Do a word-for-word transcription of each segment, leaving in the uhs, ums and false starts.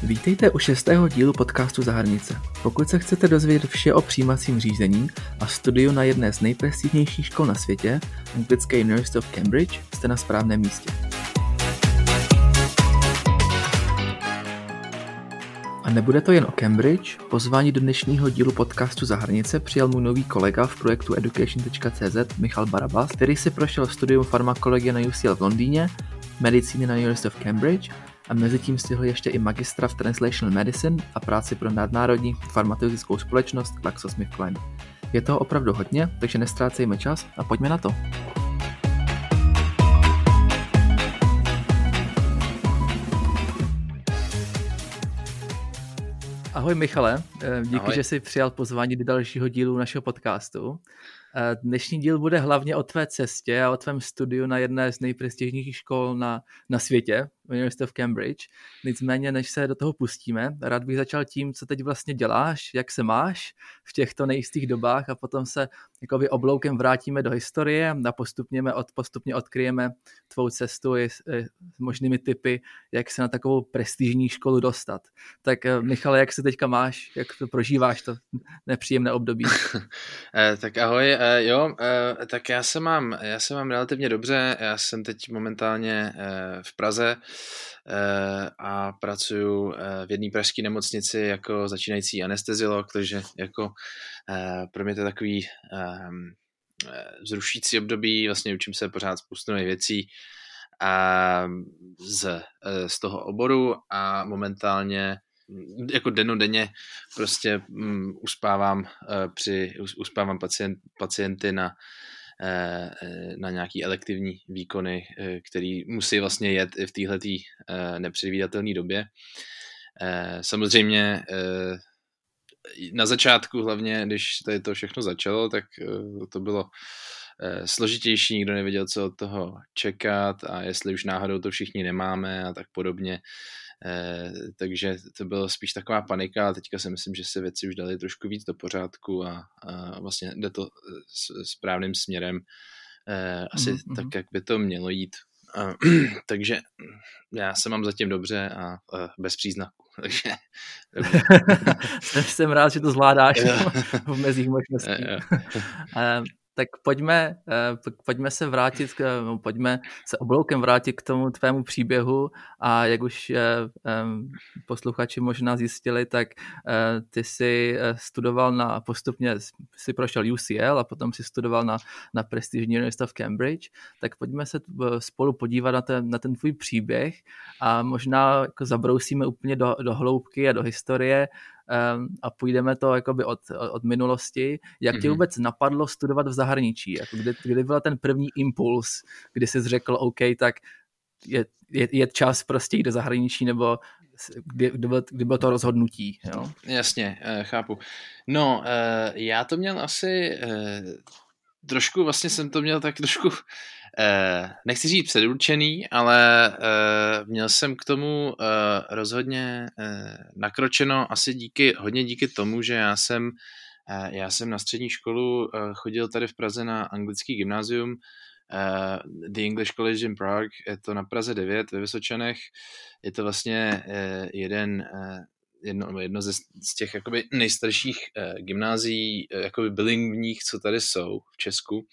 Vítejte u šestého dílu podcastu Za hranice. Pokud se chcete dozvědět vše o přijímacím řízení a studiu na jedné z nejprestižnějších škol na světě, anglické University of Cambridge, jste na správném místě. A nebude to jen o Cambridge, pozvání do dnešního dílu podcastu Za hranice přijal můj nový kolega v projektu education tečka cé zet Michal Barabas, který si prošel studium farmakologie na U C L v Londýně, medicíny na University of Cambridge a mezitím stihl ještě i magistra v Translational Medicine a práci pro nadnárodní farmaceutickou společnost GlaxoSmithKline. Je toho opravdu hodně, takže nestrácejme čas a pojďme na to. Ahoj Michale, díky, Ahoj. že jsi přijal pozvání do dalšího dílu našeho podcastu. Dnešní díl bude hlavně o tvé cestě a o tvém studiu na jedné z nejprestižnějších škol na, na světě, University of Cambridge. Nicméně, než se do toho pustíme, rád bych začal tím, co teď vlastně děláš, jak se máš v těchto nejistých dobách a potom se jakoby obloukem vrátíme do historie a postupně, od, postupně odkryjeme tvou cestu i s, i s možnými tipy, jak se na takovou prestižní školu dostat. Tak Michale, jak se teďka máš, jak to prožíváš to nepříjemné období? Tak ahoj, jo, tak já se mám, já se mám relativně dobře, já jsem teď momentálně v Praze a pracuju v jedné pražské nemocnici jako začínající anesteziolog, takže jako pro mě to je takový vzrušující období, vlastně učím se pořád spoustu nových věcí a z, z toho oboru a momentálně jako dennodenně prostě um, uspávám uh, při uspávám pacient, pacienty na uh, na nějaký elektivní výkony, uh, který musí vlastně jet i v téhletý uh, nepředvídatelné době. Uh, samozřejmě uh, na začátku hlavně, když tady to všechno začalo, tak uh, to bylo uh, složitější, nikdo nevěděl, co od toho čekat a jestli už náhodou to všichni nemáme a tak podobně. Eh, takže to bylo spíš taková panika a teďka si myslím, že se věci už daly trošku víc do pořádku a, a vlastně jde to s, správným směrem eh, asi mm-hmm. tak, jak by to mělo jít. A, takže já se mám zatím dobře a, a bez příznaků. Takže, jsem rád, že to zvládáš v mezích možností. Tak pojďme, pojďme se vrátit, no, pojďme se obloukem vrátit k tomu tvému příběhu a jak už posluchači možná zjistili, tak ty jsi studoval na, postupně si prošel U C L a potom si studoval na, na prestižní University of Cambridge, tak pojďme se spolu podívat na ten, na ten tvůj příběh a možná jako zabrousíme úplně do, do hloubky a do historie, Um, a půjdeme to jakoby od, od minulosti. Jak mm-hmm. tě vůbec napadlo studovat v zahraničí? Jako kdy, kdy byl ten první impuls, kdy jsi řekl, OK, tak je, je, je čas prostě jít do zahraničí, nebo kdy, kdy, bylo, kdy bylo to rozhodnutí? Jo? Jasně, chápu. No, já to měl asi trošku, vlastně jsem to měl tak trošku Eh, nechci říct předurčený, ale eh, měl jsem k tomu eh, rozhodně eh, nakročeno asi díky, hodně díky tomu, že já jsem, eh, já jsem na střední školu eh, chodil tady v Praze na anglický gymnázium, eh, The English College in Prague, je to na Praze devět ve Vysočanech, je to vlastně eh, jeden eh, jedno, jedno ze, z těch jakoby nejstarších eh, gymnázií, eh, jakoby bilingvních, co tady jsou v Česku.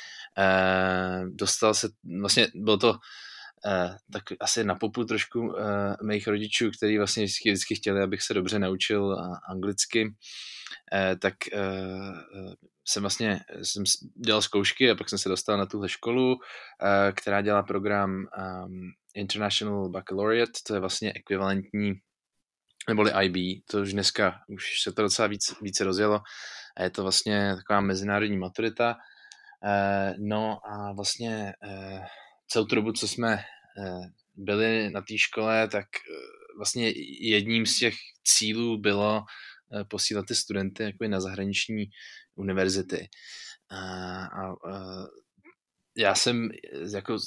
Uh, dostal se, vlastně bylo to uh, tak asi na popu trošku uh, mých rodičů, kteří vlastně vždycky, vždycky chtěli, abych se dobře naučil uh, anglicky, uh, tak uh, jsem vlastně jsem dělal zkoušky a pak jsem se dostal na tuhle školu, uh, která dělá program um, International Baccalaureate, to je vlastně ekvivalentní, neboli I B, to už dneska už se to docela víc, více rozjelo a je to vlastně taková mezinárodní maturita. Uh, no a vlastně uh, celou tu dobu, co jsme uh, byli na té škole, tak uh, vlastně jedním z těch cílů bylo uh, posílat ty studenty jakoby na zahraniční univerzity. Uh, a uh, já jsem jako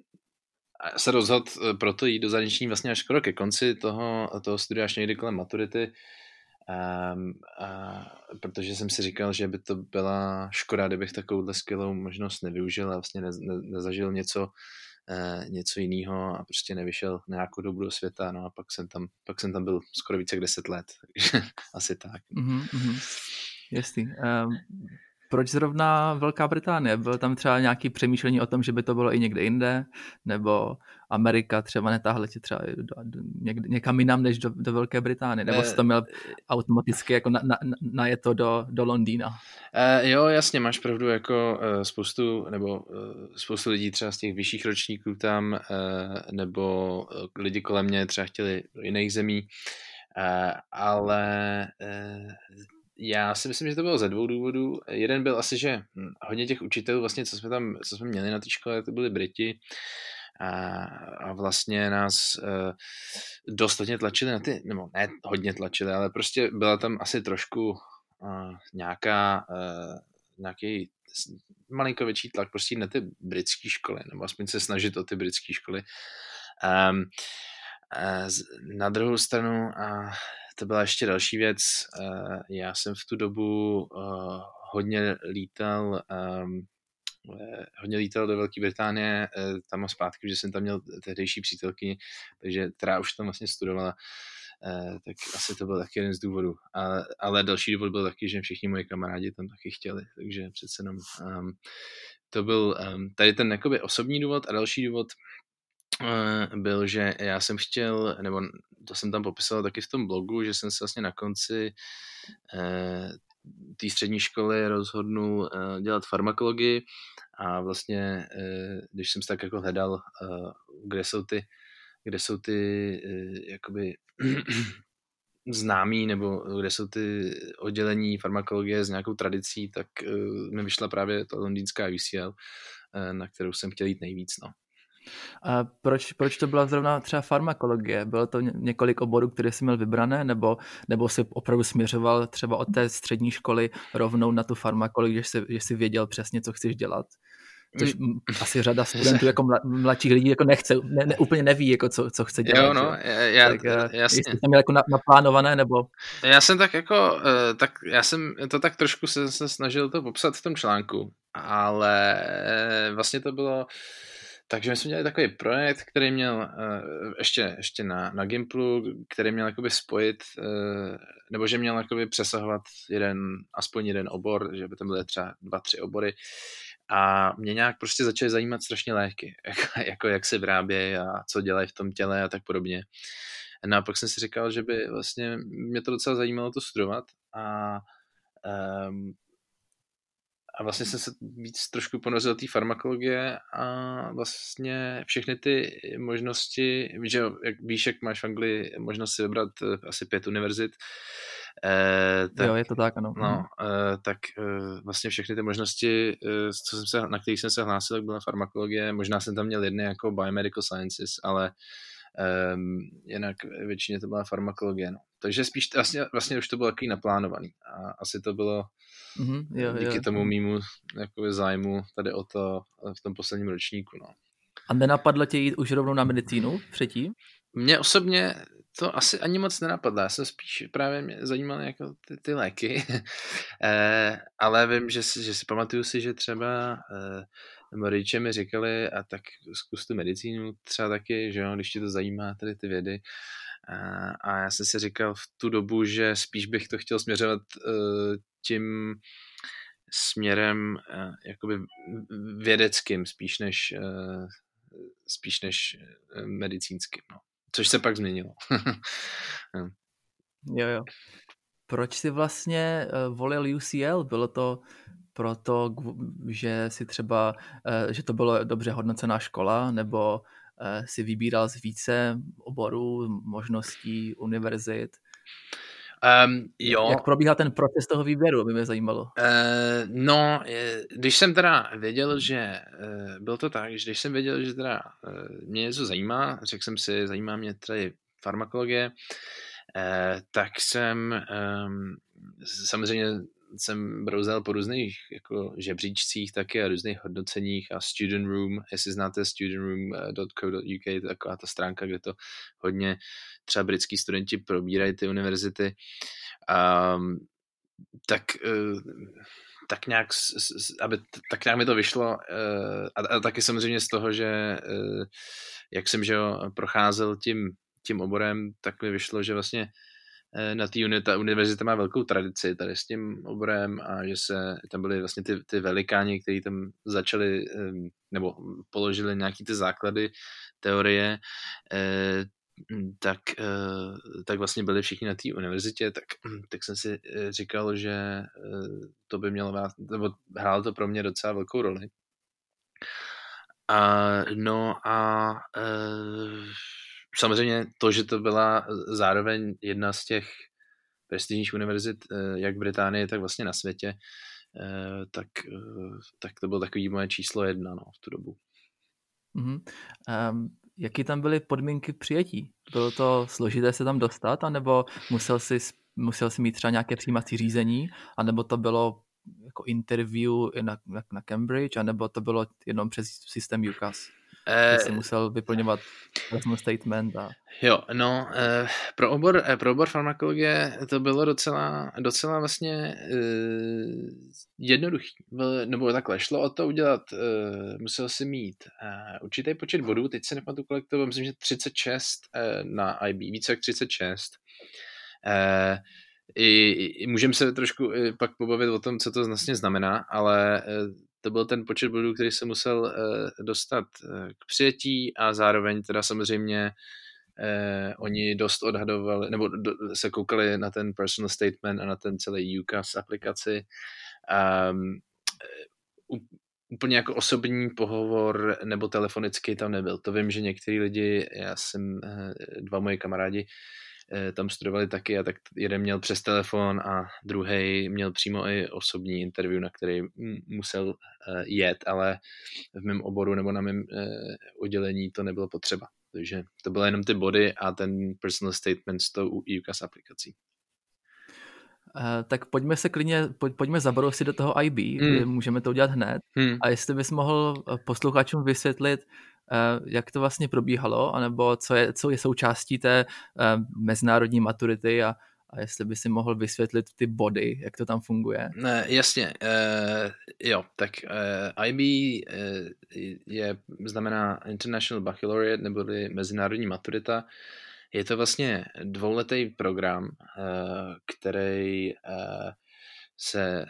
se rozhodl proto jít do zahraniční vlastně až skoro ke konci toho, toho studia, až někdy kolem maturity. Um, uh, protože jsem si říkal, že by to byla škoda, kdybych takovouhle skvělou možnost nevyužil a vlastně ne, ne, nezažil něco uh, něco jiného a prostě nevyšel nějakou dobu do světa, no a pak jsem tam, pak jsem tam byl skoro více jak deset let, takže asi tak. Mm-hmm. Jasný. Um, proč zrovna Velká Británie? Bylo tam třeba nějaké přemýšlení o tom, že by to bylo i někde jinde? Nebo Amerika třeba netáhla tě třeba do, do, někde, někam jinam než do, do Velké Británie? Nebo jsi to měl automaticky jako na, na, na je to do, do Londýna? Uh, jo, jasně, máš pravdu, jako uh, spoustu, nebo uh, spoustu lidí třeba z těch vyšších ročníků tam, uh, nebo uh, lidi kolem mě třeba chtěli do jiných zemí, uh, ale uh, já si myslím, že to bylo ze dvou důvodů. Jeden byl asi, že hodně těch učitelů, vlastně, co jsme tam, co jsme měli na té škole, to byli Briti a, a vlastně nás uh, dost hodně tlačili na ty, nebo ne hodně tlačili, ale prostě byla tam asi trošku uh, nějaká, uh, nějaký malinko větší tlak prostě na ty britské školy, nebo aspoň se snažit o ty britské školy. Um, uh, na druhou stranu uh, to byla ještě další věc. Já jsem v tu dobu hodně lítal hodně lítal do Velké Británie tam a zpátky, že jsem tam měl tehdejší přítelkyni, takže která už tam vlastně studovala, tak asi to byl taky jeden z důvodů. Ale další důvod byl taky, že všichni moji kamarádi tam taky chtěli, takže přece jenom to byl tady ten jakoby osobní důvod a další důvod byl, že já jsem chtěl, nebo to jsem tam popisoval taky v tom blogu, že jsem se vlastně na konci eh, té střední školy rozhodnul eh, dělat farmakologii a vlastně, eh, když jsem se tak jako hledal, eh, kde jsou ty, kde jsou ty eh, jakoby známý, nebo kde jsou ty oddělení farmakologie s nějakou tradicí, tak eh, mi vyšla právě ta londýnská U C L, eh, na kterou jsem chtěl jít nejvíc, no. A proč, proč to byla zrovna třeba farmakologie? Bylo to několik oborů, které jsi měl vybrané, nebo, nebo jsi opravdu směřoval třeba od té střední školy rovnou na tu farmakologii, že jsi, že jsi věděl přesně, co chceš dělat? Což mm. asi řada studentů jako mla, mladších lidí jako nechce, ne, ne, úplně neví, jako co, co chce dělat. Jo, no, já, tak, jasně. Jsi tam měl jako naplánované, nebo? Já jsem tak jako, tak já jsem to tak trošku se, se snažil to popsat v tom článku, ale vlastně to bylo. Takže my jsme měli takový projekt, který měl uh, ještě, ještě na, na Gimplu, který měl jakoby spojit, uh, nebo že měl jakoby přesahovat jeden, aspoň jeden obor, že by tam byly třeba dva, tři obory. A mě nějak prostě začaly zajímat strašně léky, jako, jako jak se vyrábějí a co dělají v tom těle a tak podobně. No a pak jsem si říkal, že by vlastně mě to docela zajímalo to studovat a um, A vlastně jsem se víc trošku ponořil do té farmakologie a vlastně všechny ty možnosti, že jak víš, jak máš v Anglii možnost si vybrat asi pět univerzit. Eh, tak, jo, je to tak, ano. No, eh, tak eh, vlastně všechny ty možnosti, eh, co jsem se, na kterých jsem se hlásil, tak byla farmakologie. Možná jsem tam měl jedny jako biomedical sciences, ale Um, jinak většině to byla farmakologie, no. Takže spíš vlastně, vlastně už to bylo takový naplánovaný a asi to bylo mm-hmm, jo, díky jo. tomu mýmu jakoby zájmu tady o to v tom posledním ročníku, no. A nenapadlo tě jít už rovnou na medicínu předtím? Mně osobně to asi ani moc nenapadlo, já jsem spíš právě mě zajímal jako ty, ty léky, eh, ale vím, že si, že si pamatuju si, že třeba eh, nebo rodiče mi říkali, a tak zkus tu medicínu třeba taky, že jo, když tě to zajímá, tady ty vědy. A, a já jsem si říkal v tu dobu, že spíš bych to chtěl směřovat uh, tím směrem uh, jakoby vědeckým, spíš než, uh, spíš než uh, medicínským, no. Což se pak změnilo. jo, jo. Proč jsi vlastně uh, volil U C L? Bylo to proto, že si třeba, že to bylo dobře hodnocená škola, nebo si vybíral z více oborů, možností, univerzit? Um, jo. Jak probíhá ten proces toho výběru, by mě zajímalo. Uh, no, když jsem teda věděl, že uh, byl to tak, že když jsem věděl, že teda uh, mě něco zajímá, řekl jsem si, zajímá mě tady farmakologie, uh, tak jsem um, samozřejmě jsem brouzel po různých jako žebříčcích taky a různých hodnoceních a Student Room, jestli znáte student room dot co dot u k, to je taková ta stránka, kde to hodně třeba britský studenti probírají ty univerzity. Um, tak uh, tak nějak, aby tak nějak mi to vyšlo a, a taky samozřejmě z toho, že jak jsem že jo, procházel tím, tím oborem, tak mi vyšlo, že vlastně na té uni, ta univerzita má velkou tradici tady s tím oborem a že se tam byly vlastně ty, ty velikáni, kteří tam začali nebo položili nějaký ty základy teorie, tak, tak vlastně byli všichni na té univerzitě, tak, tak jsem si říkal, že to by mělo vás, nebo hrálo to pro mě docela velkou roli. A, no a e, samozřejmě to, že to byla zároveň jedna z těch prestižních univerzit, e, jak v Británii, tak vlastně na světě, e, tak, e, tak to bylo takový moje číslo jedna no, v tu dobu. Mm-hmm. Um, jaký tam byly podmínky přijetí? Bylo to složité se tam dostat, anebo musel jsi, musel jsi mít třeba nějaké přijímací řízení, anebo to bylo jako interview na, na, na Cambridge, anebo to bylo jenom přes systém U C A S? Eh, jsi musel vyplňovat personal statement a... Jo, no, eh, pro, obor, eh, pro obor farmakologie to bylo docela, docela vlastně eh, jednoduchý. Nebo takhle, šlo o to udělat, eh, musel si mít eh, určitý počet bodů, teď se nepamatuji, kolik to bylo, myslím, že třicet šest eh, na I B, více jak třicet šest. Eh, i, i můžeme se trošku i pak pobavit o tom, co to vlastně znamená, ale eh, to byl ten počet bodů, který se musel eh, dostat eh, k přijetí a zároveň teda samozřejmě eh, oni dost odhadovali, nebo do, se koukali na ten personal statement a na ten celý U C A S aplikaci. Um, úplně jako osobní pohovor nebo telefonický tam nebyl. To vím, že některý lidi, já jsem, eh, dva moji kamarádi, tam studovali taky a tak jeden měl přes telefon a druhý měl přímo i osobní interview, na který musel jet, ale v mém oboru nebo na mém oddělení to nebylo potřeba. Takže to byly jenom ty body a ten personal statement s tou U C A S aplikací. Uh, tak pojďme se klidně, pojď, pojďme zabrousit do toho I B, hmm. můžeme to udělat hned. Hmm. A jestli bys mohl posluchačům vysvětlit, uh, jak to vlastně probíhalo, anebo co je, co je součástí té uh, mezinárodní maturity a, a jestli by si mohl vysvětlit ty body, jak to tam funguje. Ne, jasně, uh, jo, tak uh, I B uh, je, znamená International Baccalaureate, neboli mezinárodní maturita. Je to vlastně dvouletý program, který se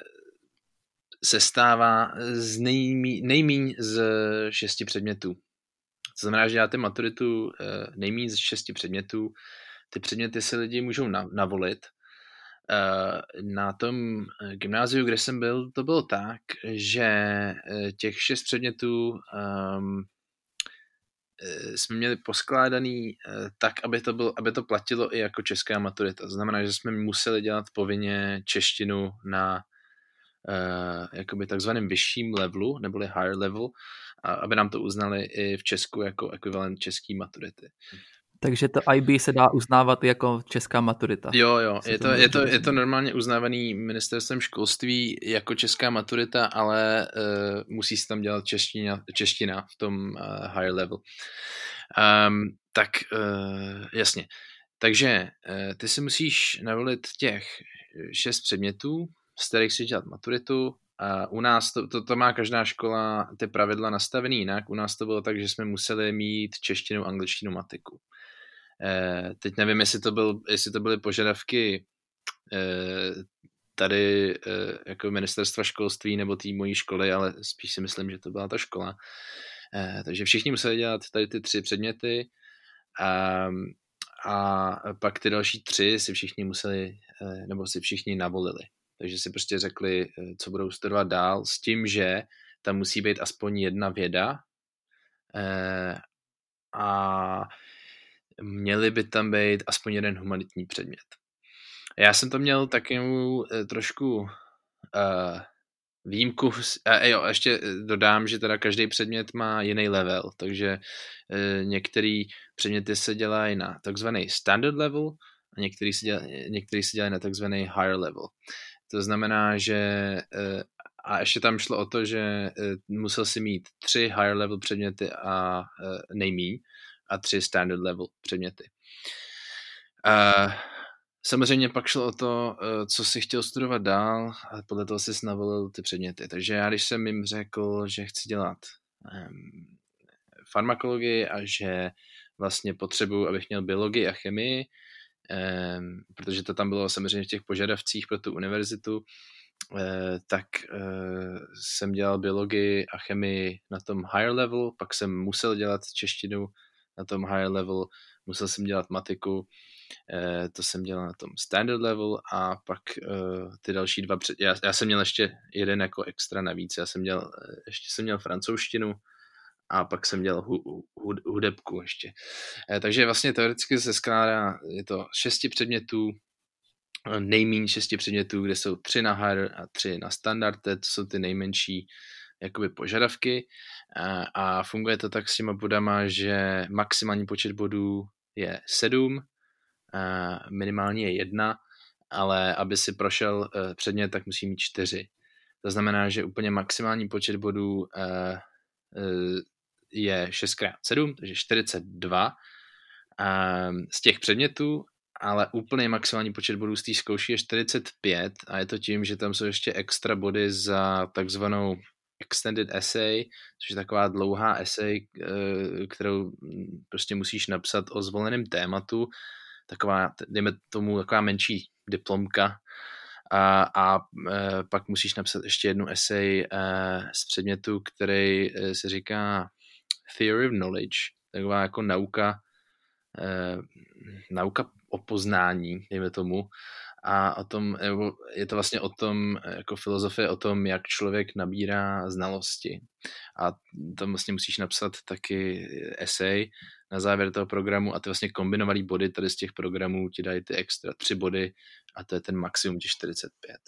sestává z nejmí, nejmíň z šesti předmětů. To znamená, že děláte maturitu nejmíň z šesti předmětů. Ty předměty si lidi můžou navolit. Na tom gymnáziu, kde jsem byl, to bylo tak, že těch šest předmětů um, jsme měli poskládaný tak, aby to, bylo, aby to platilo i jako česká maturita. To znamená, že jsme museli dělat povinně češtinu na uh, jakoby takzvaném vyšším levelu, neboli higher level, a aby nám to uznali i v Česku jako ekvivalent české maturity. Takže to I B se dá uznávat jako česká maturita. Jo, jo, je to, je, to, je to normálně uznávaný ministerstvem školství jako česká maturita, ale uh, musí se tam dělat čeština, čeština v tom uh, higher level. Um, tak uh, jasně. Takže uh, ty si musíš navolit těch šest předmětů, z kterých si dělat maturitu. A u nás to, to, to má každá škola ty pravidla nastavený jinak. U nás to bylo tak, že jsme museli mít češtinu, angličtinu, matiku. Eh, teď nevím, jestli to, byl, jestli to byly požadavky eh, tady eh, jako ministerstva školství nebo té mojí školy, ale spíš si myslím, že to byla ta škola. Eh, takže všichni museli dělat tady ty tři předměty a, a pak ty další tři si všichni museli, eh, nebo si všichni navolili. Takže si prostě řekli, co budou studovat dál, s tím, že tam musí být aspoň jedna věda eh, a měli by tam být aspoň jeden humanitní předmět. Já jsem to měl takovou eh, trošku eh, výjimku. A jo, ještě dodám, že teda každý předmět má jiný level, takže eh, některý předměty se dělají na takzvaný standard level a některý se dělají, některý se dělají na takzvaný higher level. To znamená, že a ještě tam šlo o to, že musel si mít tři higher level předměty a nejmíň a tři standard level předměty. samozřejmě pak šlo o to, co si chtěl studovat dál a podle toho si navolil ty předměty. Takže já, když jsem jim řekl, že chci dělat um, farmakologii a že vlastně potřebuji, abych měl biologii a chemii, um, protože to tam bylo samozřejmě v těch požadavcích pro tu univerzitu, uh, tak uh, jsem dělal biologii a chemii na tom higher level, pak jsem musel dělat češtinu na tom higher level, musel jsem dělat matiku, Uh, to jsem dělal na tom standard level a pak uh, ty další dva, před... já, já jsem měl ještě jeden jako extra navíc, já jsem měl, ještě jsem měl francouzštinu a pak jsem dělal hu, hu, hudebku ještě. Uh, takže vlastně teoreticky se skládá, je to šesti předmětů, nejméně šesti předmětů, kde jsou tři na higher a tři na standard, to jsou ty nejmenší jakoby požadavky uh, a funguje to tak s těma bodama, že maximální počet bodů je sedm, Uh, minimálně je jedna, ale aby si prošel uh, předmět, tak musí mít čtyři. To znamená, že úplně maximální počet bodů uh, uh, je šest krát sedm, takže čtyřicet dva uh, z těch předmětů, ale úplně maximální počet bodů z té zkoušky je čtyřicet pět a je to tím, že tam jsou ještě extra body za takzvanou extended essay, což je taková dlouhá essay, uh, kterou prostě musíš napsat o zvoleném tématu, taková, dejme tomu, taková menší diplomka a, a e, pak musíš napsat ještě jednu esej e, z předmětu, který e, se říká Theory of Knowledge, taková jako nauka e, nauka o poznání, dejme tomu, a o tom, je to vlastně o tom, jako filozofie o tom, jak člověk nabírá znalosti. A tam vlastně musíš napsat taky esej na závěr toho programu a ty vlastně kombinovaný body tady z těch programů ti dají ty extra tři body a to je ten maximum těch čtyřicet pět.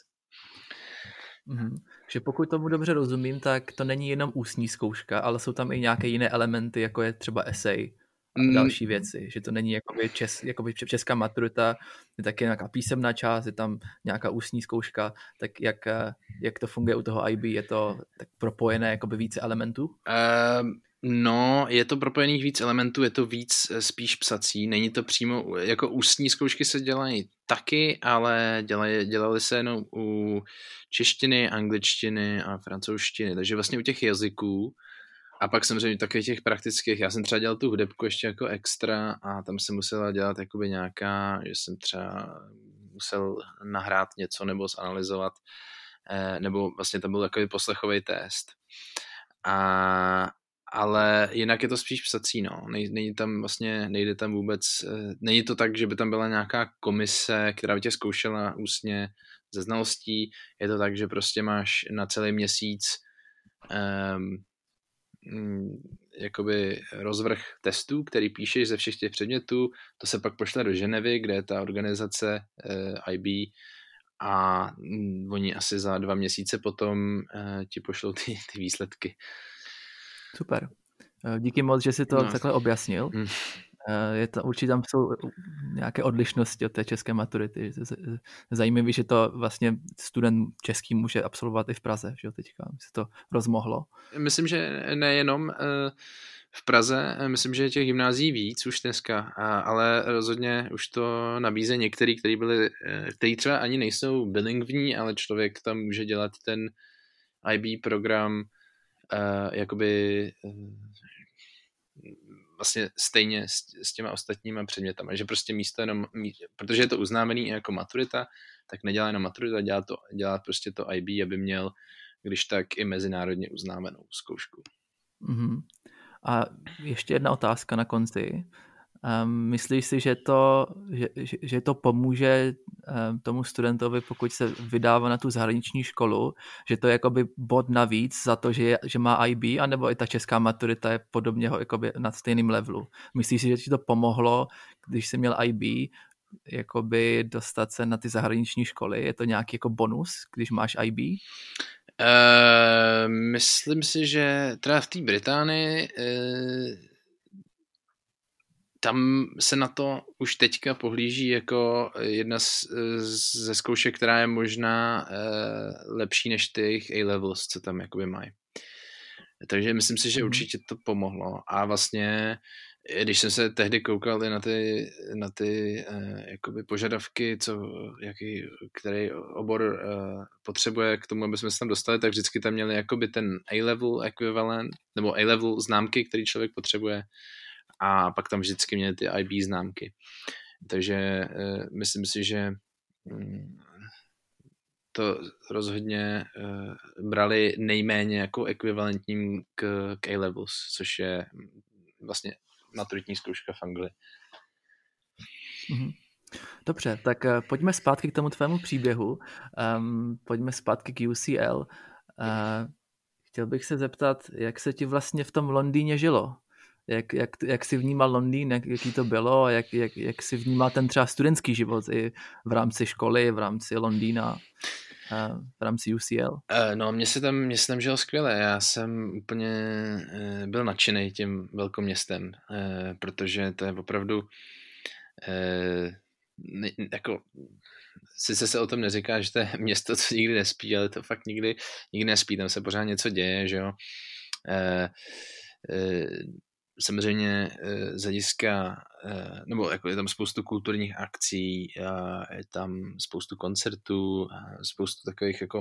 Mm-hmm. Že pokud tomu dobře rozumím, tak to není jenom ústní zkouška, ale jsou tam i nějaké jiné elementy, jako je třeba esej a další věci, že to není jakoby, čes, jakoby česká maturita, je taky nějaká písemná část, je tam nějaká ústní zkouška, tak jak, jak to funguje u toho I B, je to tak propojené jakoby více elementů? Uh, no, je to propojených víc elementů, je to víc spíš psací, není to přímo, jako ústní zkoušky se dělají taky, ale dělají, dělali se jenom u češtiny, angličtiny a francouzštiny, takže vlastně u těch jazyků. A pak samozřejmě takových těch praktických, já jsem třeba dělal tu hudebku ještě jako extra a tam jsem musela dělat jakoby nějaká, že jsem třeba musel nahrát něco nebo zanalizovat, nebo vlastně tam byl takový poslechový test. A, ale jinak je to spíš psací, no. Není tam vlastně, nejde tam vůbec, není to tak, že by tam byla nějaká komise, která by tě zkoušela ústně ze znalostí, je to tak, že prostě máš na celý měsíc um, jakoby rozvrh testů, který píšeš ze všech těch předmětů, to se pak pošle do Ženevy, kde je ta organizace uh, I B a um, oni asi za dva měsíce potom uh, ti pošlou ty, ty výsledky. Super. Díky moc, že jsi to no. takhle objasnil. Hmm. Je to, určitě tam jsou nějaké odlišnosti od té české maturity. Zajímavé, že to vlastně student český může absolvovat i v Praze, že jo, teďka se to rozmohlo. Myslím, že nejenom v Praze, myslím, že je těch gymnázií víc už dneska, ale rozhodně už to nabízejí některý, který byli, který třeba ani nejsou bilingvní, ale člověk tam může dělat ten I B program jakoby vlastně stejně s, s těma ostatníma předmětama, že prostě místo jenom, protože je to uznámený jako maturita, tak nedělá jenom maturita, dělá, to, dělá prostě to I B, aby měl, když tak, i mezinárodně uznámenou zkoušku. Mm-hmm. A ještě jedna otázka na konci. Um, myslíš si, že to, že, že to pomůže um, tomu studentovi, pokud se vydává na tu zahraniční školu, že to je jakoby bod navíc za to, že, je, že má I B, anebo i ta česká maturita je podobně jakoby na stejném levelu? Myslíš si, že ti to pomohlo, když jsi měl I B, jakoby dostat se na ty zahraniční školy? Je to nějaký jako bonus, když máš I B? Uh, myslím si, že teda v té Británii uh... tam se na to už teďka pohlíží jako jedna z, ze zkoušek, která je možná uh, lepší než těch A-levels, co tam jakoby mají. Takže myslím si, že určitě to pomohlo. A vlastně když jsem se tehdy koukal i na ty, na ty uh, jakoby požadavky, co, jaký, který obor uh, potřebuje k tomu, aby jsme se tam dostali, tak vždycky tam měli jakoby ten A-level ekvivalent, nebo A-level známky, který člověk potřebuje, a pak tam vždycky měli ty I B známky. Takže uh, myslím si, že um, to rozhodně uh, brali nejméně jako ekvivalentním k, k A-levels, což je vlastně maturitní zkouška v Anglii. Mm-hmm. Dobře, tak uh, pojďme zpátky k tomu tvému příběhu. Um, pojďme zpátky k U C L. Uh, chtěl bych se zeptat, jak se ti vlastně v tom Londýně žilo? Jak, jak, jak jsi vnímal Londýn, jak, jaký to bylo, jak, jak, jak jsi vnímal ten třeba studentský život i v rámci školy, v rámci Londýna, v rámci U C L? No, mně se tam, mě se tam žilo skvěle. Já jsem úplně byl nadšený tím velkoměstem, protože to je opravdu jako, sice se o tom neříká, že to je město, co nikdy nespí, ale to fakt nikdy, nikdy nespí, tam se pořád něco děje, že jo. Samozřejmě z hlediska, nebo jako je tam spoustu kulturních akcí, je tam spoustu koncertů, spoustu takových jako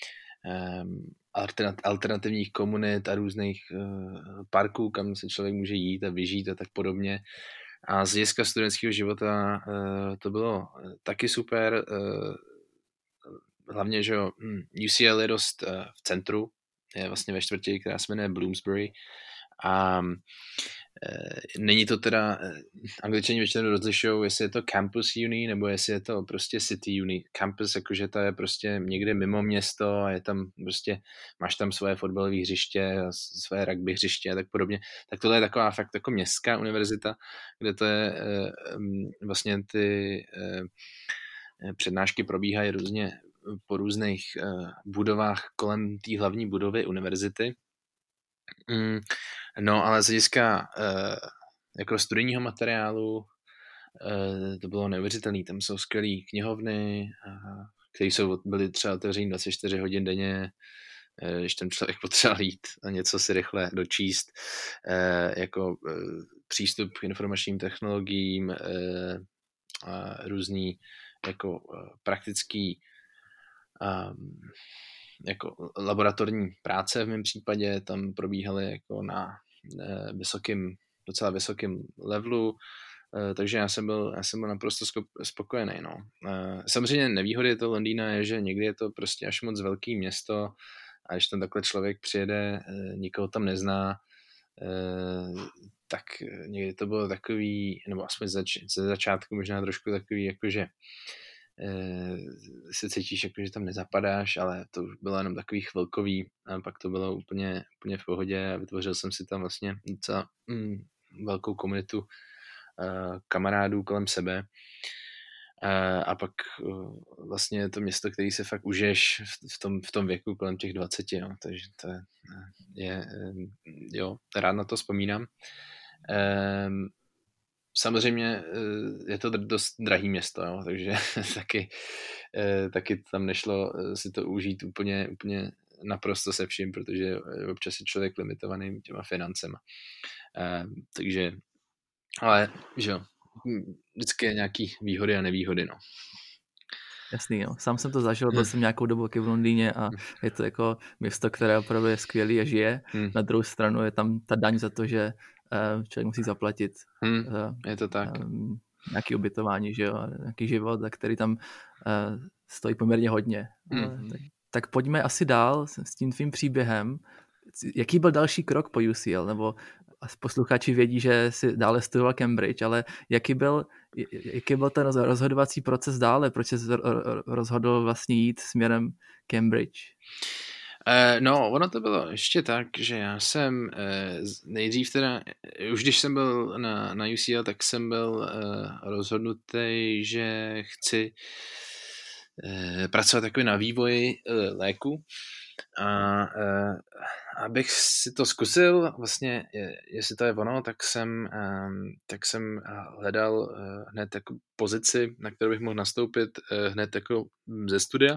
alternativních komunit a různých parků, kam se člověk může jít a vyžít a tak podobně. A z hlediska studentského života to bylo taky super, hlavně, že U C L je dost v centru, je vlastně ve čtvrti, která se jmenuje Bloomsbury. A e, není to teda, Angličani většinou rozlišují, jestli je to campus uni, nebo jestli je to prostě city uni. Campus, jakože to je prostě někde mimo město a je tam prostě, máš tam svoje fotbalové hřiště, svoje rugby hřiště a tak podobně. Tak tohle je taková fakt jako městská univerzita, kde to je e, vlastně ty e, přednášky probíhají různě po různých e, budovách kolem té hlavní budovy univerzity. Mm, no, ale z hlediska uh, jako studijního materiálu uh, to bylo neuvěřitelné. Tam jsou skvělé knihovny, uh, které jsou, byly třeba otevřené dvacet čtyři hodin denně, uh, když tam člověk potřeboval jít a něco si rychle dočíst, uh, jako uh, přístup k informačním technologiím, uh, a různý jako uh, praktický um, jako laboratorní práce v mém případě tam probíhaly jako na eh, vysokým, docela vysokým levelu, eh, takže já jsem byl, já jsem byl naprosto spokojený. No. Eh, samozřejmě nevýhody toho Londýna je, že někdy je to prostě až moc velký město a když tam takhle člověk přijede, eh, nikoho tam nezná, eh, tak někdy to bylo takový, nebo aspoň zač- ze začátku možná trošku takový, jakože se cítíš, jako, že tam nezapadáš, ale to bylo jenom takový chvilkový a pak to bylo úplně, úplně v pohodě a vytvořil jsem si tam vlastně docela mm, velkou komunitu uh, kamarádů kolem sebe uh, a pak uh, vlastně je to město, který se fakt užiješ v, v, tom, v tom věku kolem těch dvaceti, jo. Takže to je, je jo, rád na to vzpomínám. Um, Samozřejmě je to dost drahý město, jo, takže taky, taky tam nešlo si to užít úplně, úplně naprosto se vším, protože občas je člověk limitovaný těma financema. Takže, ale že jo, vždycky je nějaký výhody a nevýhody, no. Jasný, jo. Sám jsem to zažil, byl hmm. jsem nějakou dobu v Londýně a je to jako město, které opravdu je skvělý a žije. Hmm. Na druhou stranu je tam ta daň za to, že člověk musí zaplatit hmm, je to tak. Um, nějaký ubytování, že jo, nějaký život, který tam uh, stojí poměrně hodně. Hmm. Tak, tak pojďme asi dál s, s tím tvým příběhem. Jaký byl další krok po U C L? Nebo posluchači vědí, že si dále studoval Cambridge, ale jaký byl, jaký byl ten rozhodovací proces dále? Proč jsi rozhodl vlastně jít směrem Cambridge? No, ono to bylo ještě tak, že já jsem nejdřív teda, už když jsem byl na, na U C L, tak jsem byl rozhodnutý, že chci pracovat takový na vývoji léku a abych si to zkusil, vlastně, jestli to je ono, tak jsem, tak jsem hledal hned jako pozici, na kterou bych mohl nastoupit hned jako ze studia.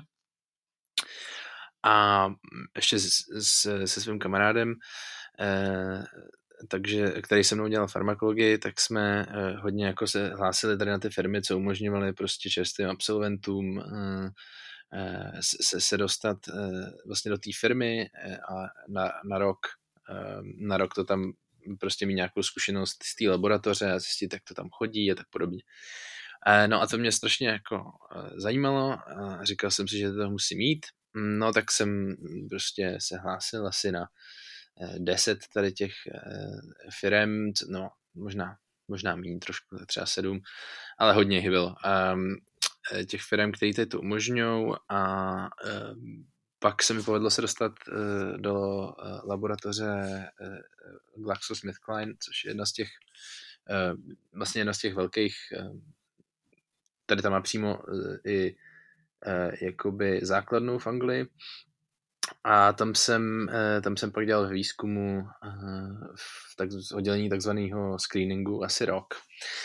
A ještě s, s, se svým kamarádem, eh, takže, který se mnou dělal farmakologii, tak jsme uh, hodně jako se hlásili tady na ty firmy, co umožňovaly prostě čerstvým absolventům uh, uh, se, se dostat uh, vlastně do té firmy uh, a na, na rok uh, na rok to tam prostě mít nějakou zkušenost z té laboratoře a zjistit, jak to tam chodí a tak podobně. Uh, no a to mě strašně jako uh, zajímalo a říkal jsem si, že to musím mít. No tak jsem prostě se hlásil asi na deset tady těch firem, no možná, možná méně trošku, třeba sedm, ale hodně jich bylo. Um, těch firem, které tady to umožňují a um, pak se mi povedlo se dostat uh, do uh, laboratoře uh, GlaxoSmithKline, což je jedna z těch uh, vlastně jedna z těch velkých uh, tady tam má přímo uh, i uh, jakoby základnu v Anglii. A tam jsem, tam jsem pak dělal v výzkumu v tak, oddělení takzvaného screeningu asi rok.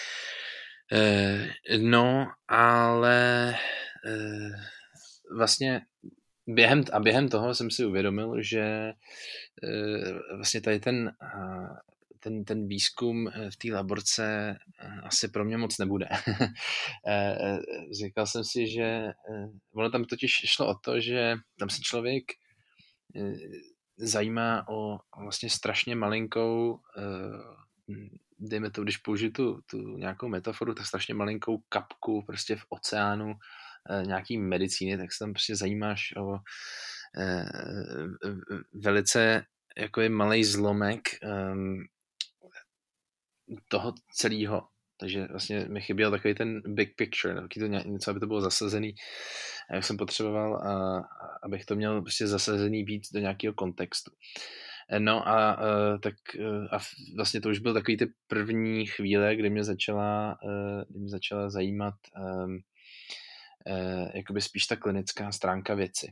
No, ale vlastně během, a během toho jsem si uvědomil, že vlastně tady ten, ten, ten výzkum v té laborce asi pro mě moc nebude. Říkal jsem si, že ono tam totiž šlo o to, že tam se člověk zajímá o vlastně strašně malinkou, dejme to, když použiju tu, tu nějakou metaforu, tak strašně malinkou kapku prostě v oceánu nějaký medicíny, tak se tam prostě zajímáš o velice jako je malej zlomek toho celého. Takže vlastně mi chyběl takový ten big picture, taky to něco, aby to bylo zasazený. Já jsem potřeboval, a, abych to měl prostě zasazený víc do nějakého kontextu. No a, a tak a vlastně to už byl takový ty první chvíle, kdy mě začala, kdy mě začala zajímat um, uh, jakoby spíš ta klinická stránka věci.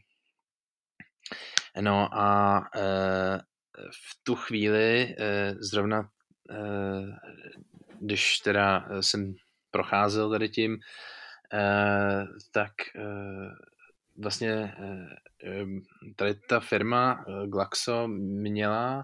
No a uh, v tu chvíli uh, zrovna uh, když teda jsem procházel tady tím, tak vlastně tady ta firma Glaxo měla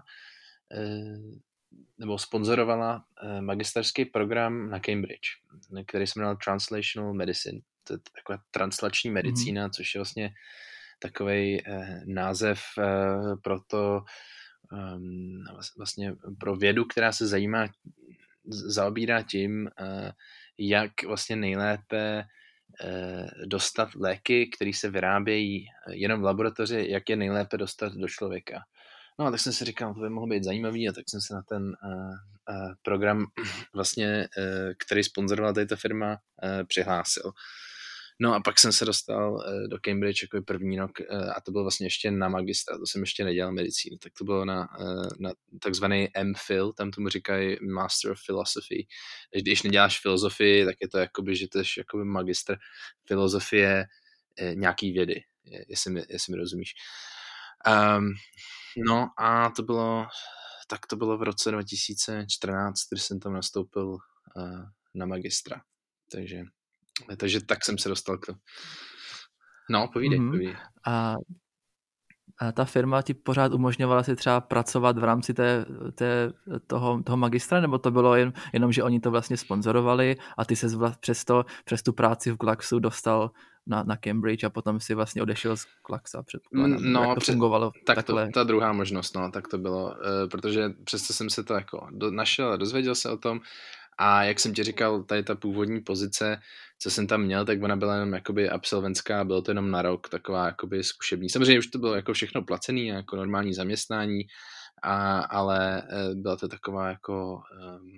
nebo sponzorovala magisterský program na Cambridge, který se jmenoval Translational Medicine. To je taková translační medicína, mm. což je vlastně takovej název pro to, vlastně pro vědu, která se zajímá zaobírá tím, jak vlastně nejlépe dostat léky, které se vyrábějí jenom v laboratoři, jak je nejlépe dostat do člověka. No a tak jsem si říkal, to by mohlo být zajímavý a tak jsem se na ten program vlastně, který sponzorovala tady ta firma, přihlásil. No a pak jsem se dostal do Cambridge jako první rok a to bylo vlastně ještě na magistra, to jsem ještě nedělal medicínu, tak to bylo na, na takzvaný M Phil, tam tomu říkají Master of Philosophy. Když neděláš filozofii, tak je to jakoby, že to je jakoby magistr filozofie nějaký vědy, jestli mi, jestli mi rozumíš. Um, no a to bylo, tak to bylo v roce dva tisíce čtrnáct, když jsem tam nastoupil uh, na magistra, takže Takže tak jsem se dostal k tomu. No, povídej, mm-hmm. povídej. A, a ta firma ti pořád umožňovala si třeba pracovat v rámci té, té, toho, toho magistra, nebo to bylo jen, jenom, že oni to vlastně sponzorovali a ty ses vla, přes, to, přes tu práci v Glaxu dostal na, na Cambridge a potom si vlastně odešel z Glaxa, předpokládám. No, jak to fungovalo tak takhle? To, ta druhá možnost, no, tak to bylo, uh, protože přesto jsem se to jako do, našel a dozvěděl se o tom. A jak jsem ti říkal, tady ta původní pozice, co jsem tam měl, tak ona byla jenom jakoby absolventská, bylo to jenom na rok, taková jakoby zkušební. Samozřejmě už to bylo jako všechno placený, jako normální zaměstnání, a, ale byla to taková jako um,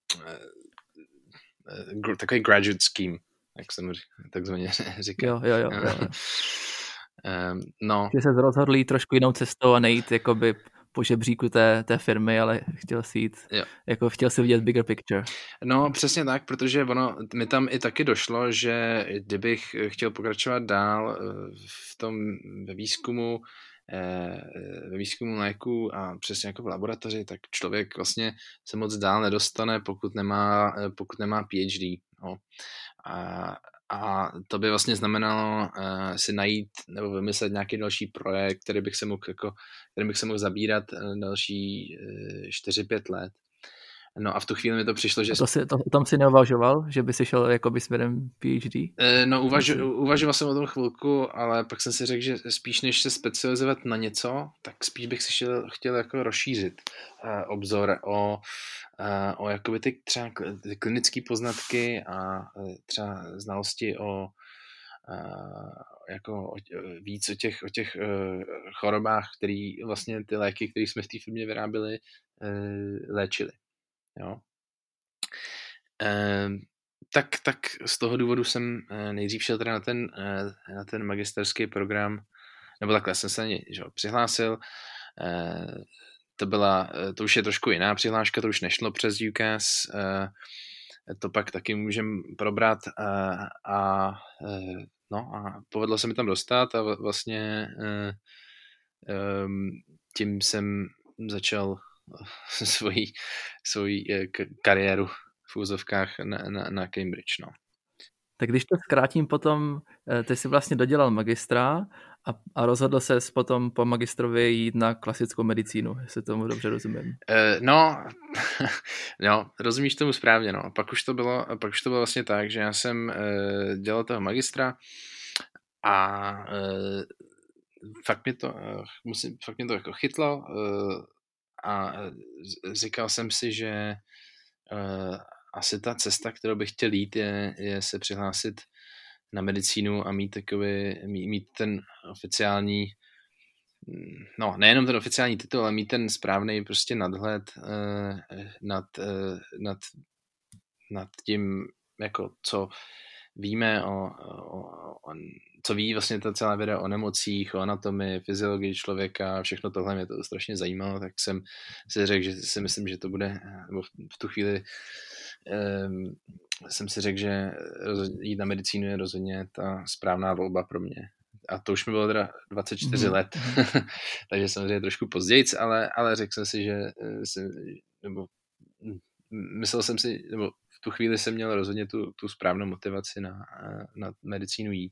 uh, takový graduate scheme, jak jsem takzvaně říkal. Jo, jo, jo. jo. um, no. Že se rozhodl trošku jinou cestou a nejít jakoby po žebříku té, té firmy, ale chtěl si jít, jo. jako chtěl si vidět bigger picture. No přesně tak, protože ono, mi tam i taky došlo, že kdybych chtěl pokračovat dál v tom ve výzkumu, ve výzkumu léků a přesně jako v laboratoři, tak člověk vlastně se moc dál nedostane, pokud nemá, pokud nemá P H D. No. A, a a to by vlastně znamenalo uh, si najít nebo vymyslet nějaký další projekt, který bych se mohl, jako, který bych se mohl zabírat další uh, čtyři pět let. No a v tu chvíli mi to přišlo, že... A to si, to, tam si neuvažoval, že by si šel jakoby směrem PhD? No uvažu, si... uvažoval jsem o tom chvilku, ale pak jsem si řekl, že spíš než se specializovat na něco, tak spíš bych si šel, chtěl jako rozšířit uh, obzor o, uh, o jakoby ty třeba ty klinické poznatky a uh, třeba znalosti o uh, jako o, víc o těch, o těch uh, chorobách, který vlastně ty léky, které jsme v té firmě vyráběli, uh, léčily. Jo. E, tak, tak z toho důvodu jsem nejdřív šel teda na ten, na ten magisterský program, nebo takhle jsem se na něj že, přihlásil. E, to byla, to už je trošku jiná přihláška, to už nešlo přes U C A S, e, to pak taky můžeme probrat a, a, no, a povedlo se mi tam dostat a vlastně e, e, tím jsem začal svoji, svoji kariéru v úzovkách na, na, na Cambridge. No. Tak když to zkrátím potom, ty jsi vlastně dodělal magistra a, a rozhodl ses potom po magistrovi jít na klasickou medicínu, jestli tomu dobře rozumím. Uh, no, no, rozumíš tomu správně. No. Pak, už to bylo, pak už to bylo vlastně tak, že já jsem uh, dělal toho magistra a uh, fakt mě to, uh, musím, fakt mě to jako chytlo, uh, a říkal jsem si, že uh, asi ta cesta, kterou bych chtěl jít, je, je se přihlásit na medicínu a mít takový, mít, mít ten oficiální, no nejenom ten oficiální titul, ale mít ten správný prostě nadhled uh, nad, uh, nad, nad tím, jako co víme o, o, o co ví vlastně ta celá věda o nemocích, o anatomii, fyziologii člověka, všechno tohle mě to strašně zajímalo, tak jsem si řekl, že si myslím, že to bude, nebo v tu chvíli um, jsem si řekl, že jít na medicínu je rozhodně ta správná volba pro mě. A to už mi bylo teda dvacet čtyři mm. let, takže samozřejmě trošku pozdějc, ale, ale řekl jsem si, že jsem, nebo myslel jsem si, nebo v tu chvíli jsem měl rozhodně tu, tu správnou motivaci na, na medicínu jít.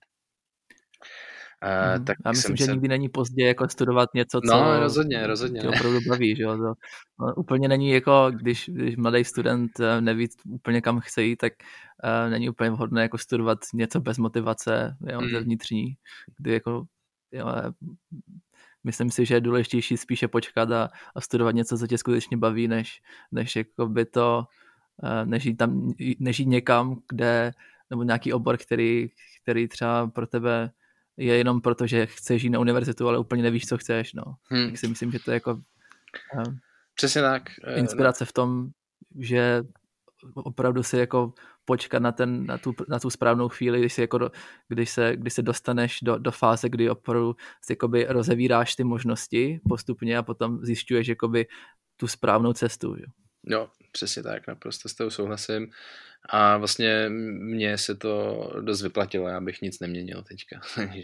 Uh, tak Já myslím, že se... nikdy není pozdě jako studovat něco, co no, rozhodně, rozhodně, tě opravdu baví. Že jo? To, no, úplně není jako, když, když mladý student neví úplně kam chce jít, tak uh, není úplně vhodné jako studovat něco bez motivace, jo, mm. vnitřní, kdy jako jo, myslím si, že je důležitější spíše počkat a, a studovat něco, co tě skutečně baví, než, než jako by to, uh, než jít tam, než jít někam, kde, nebo nějaký obor, který, který třeba pro tebe je jenom proto, že chceš jít na univerzitu, ale úplně nevíš, co chceš, no. Hmm. Tak si myslím, že to je jako uh, přesně tak. Inspirace no. v tom, že opravdu si jako počkat na, ten, na, tu, na tu správnou chvíli, když, si jako, když, se, když se dostaneš do, do fáze, kdy opravdu si jakoby rozevíráš ty možnosti postupně a potom zjišťuješ jakoby tu správnou cestu. Jo, jo přesně tak, naprosto s tou souhlasím. A vlastně mně se to dost vyplatilo, já bych nic neměnil teďka.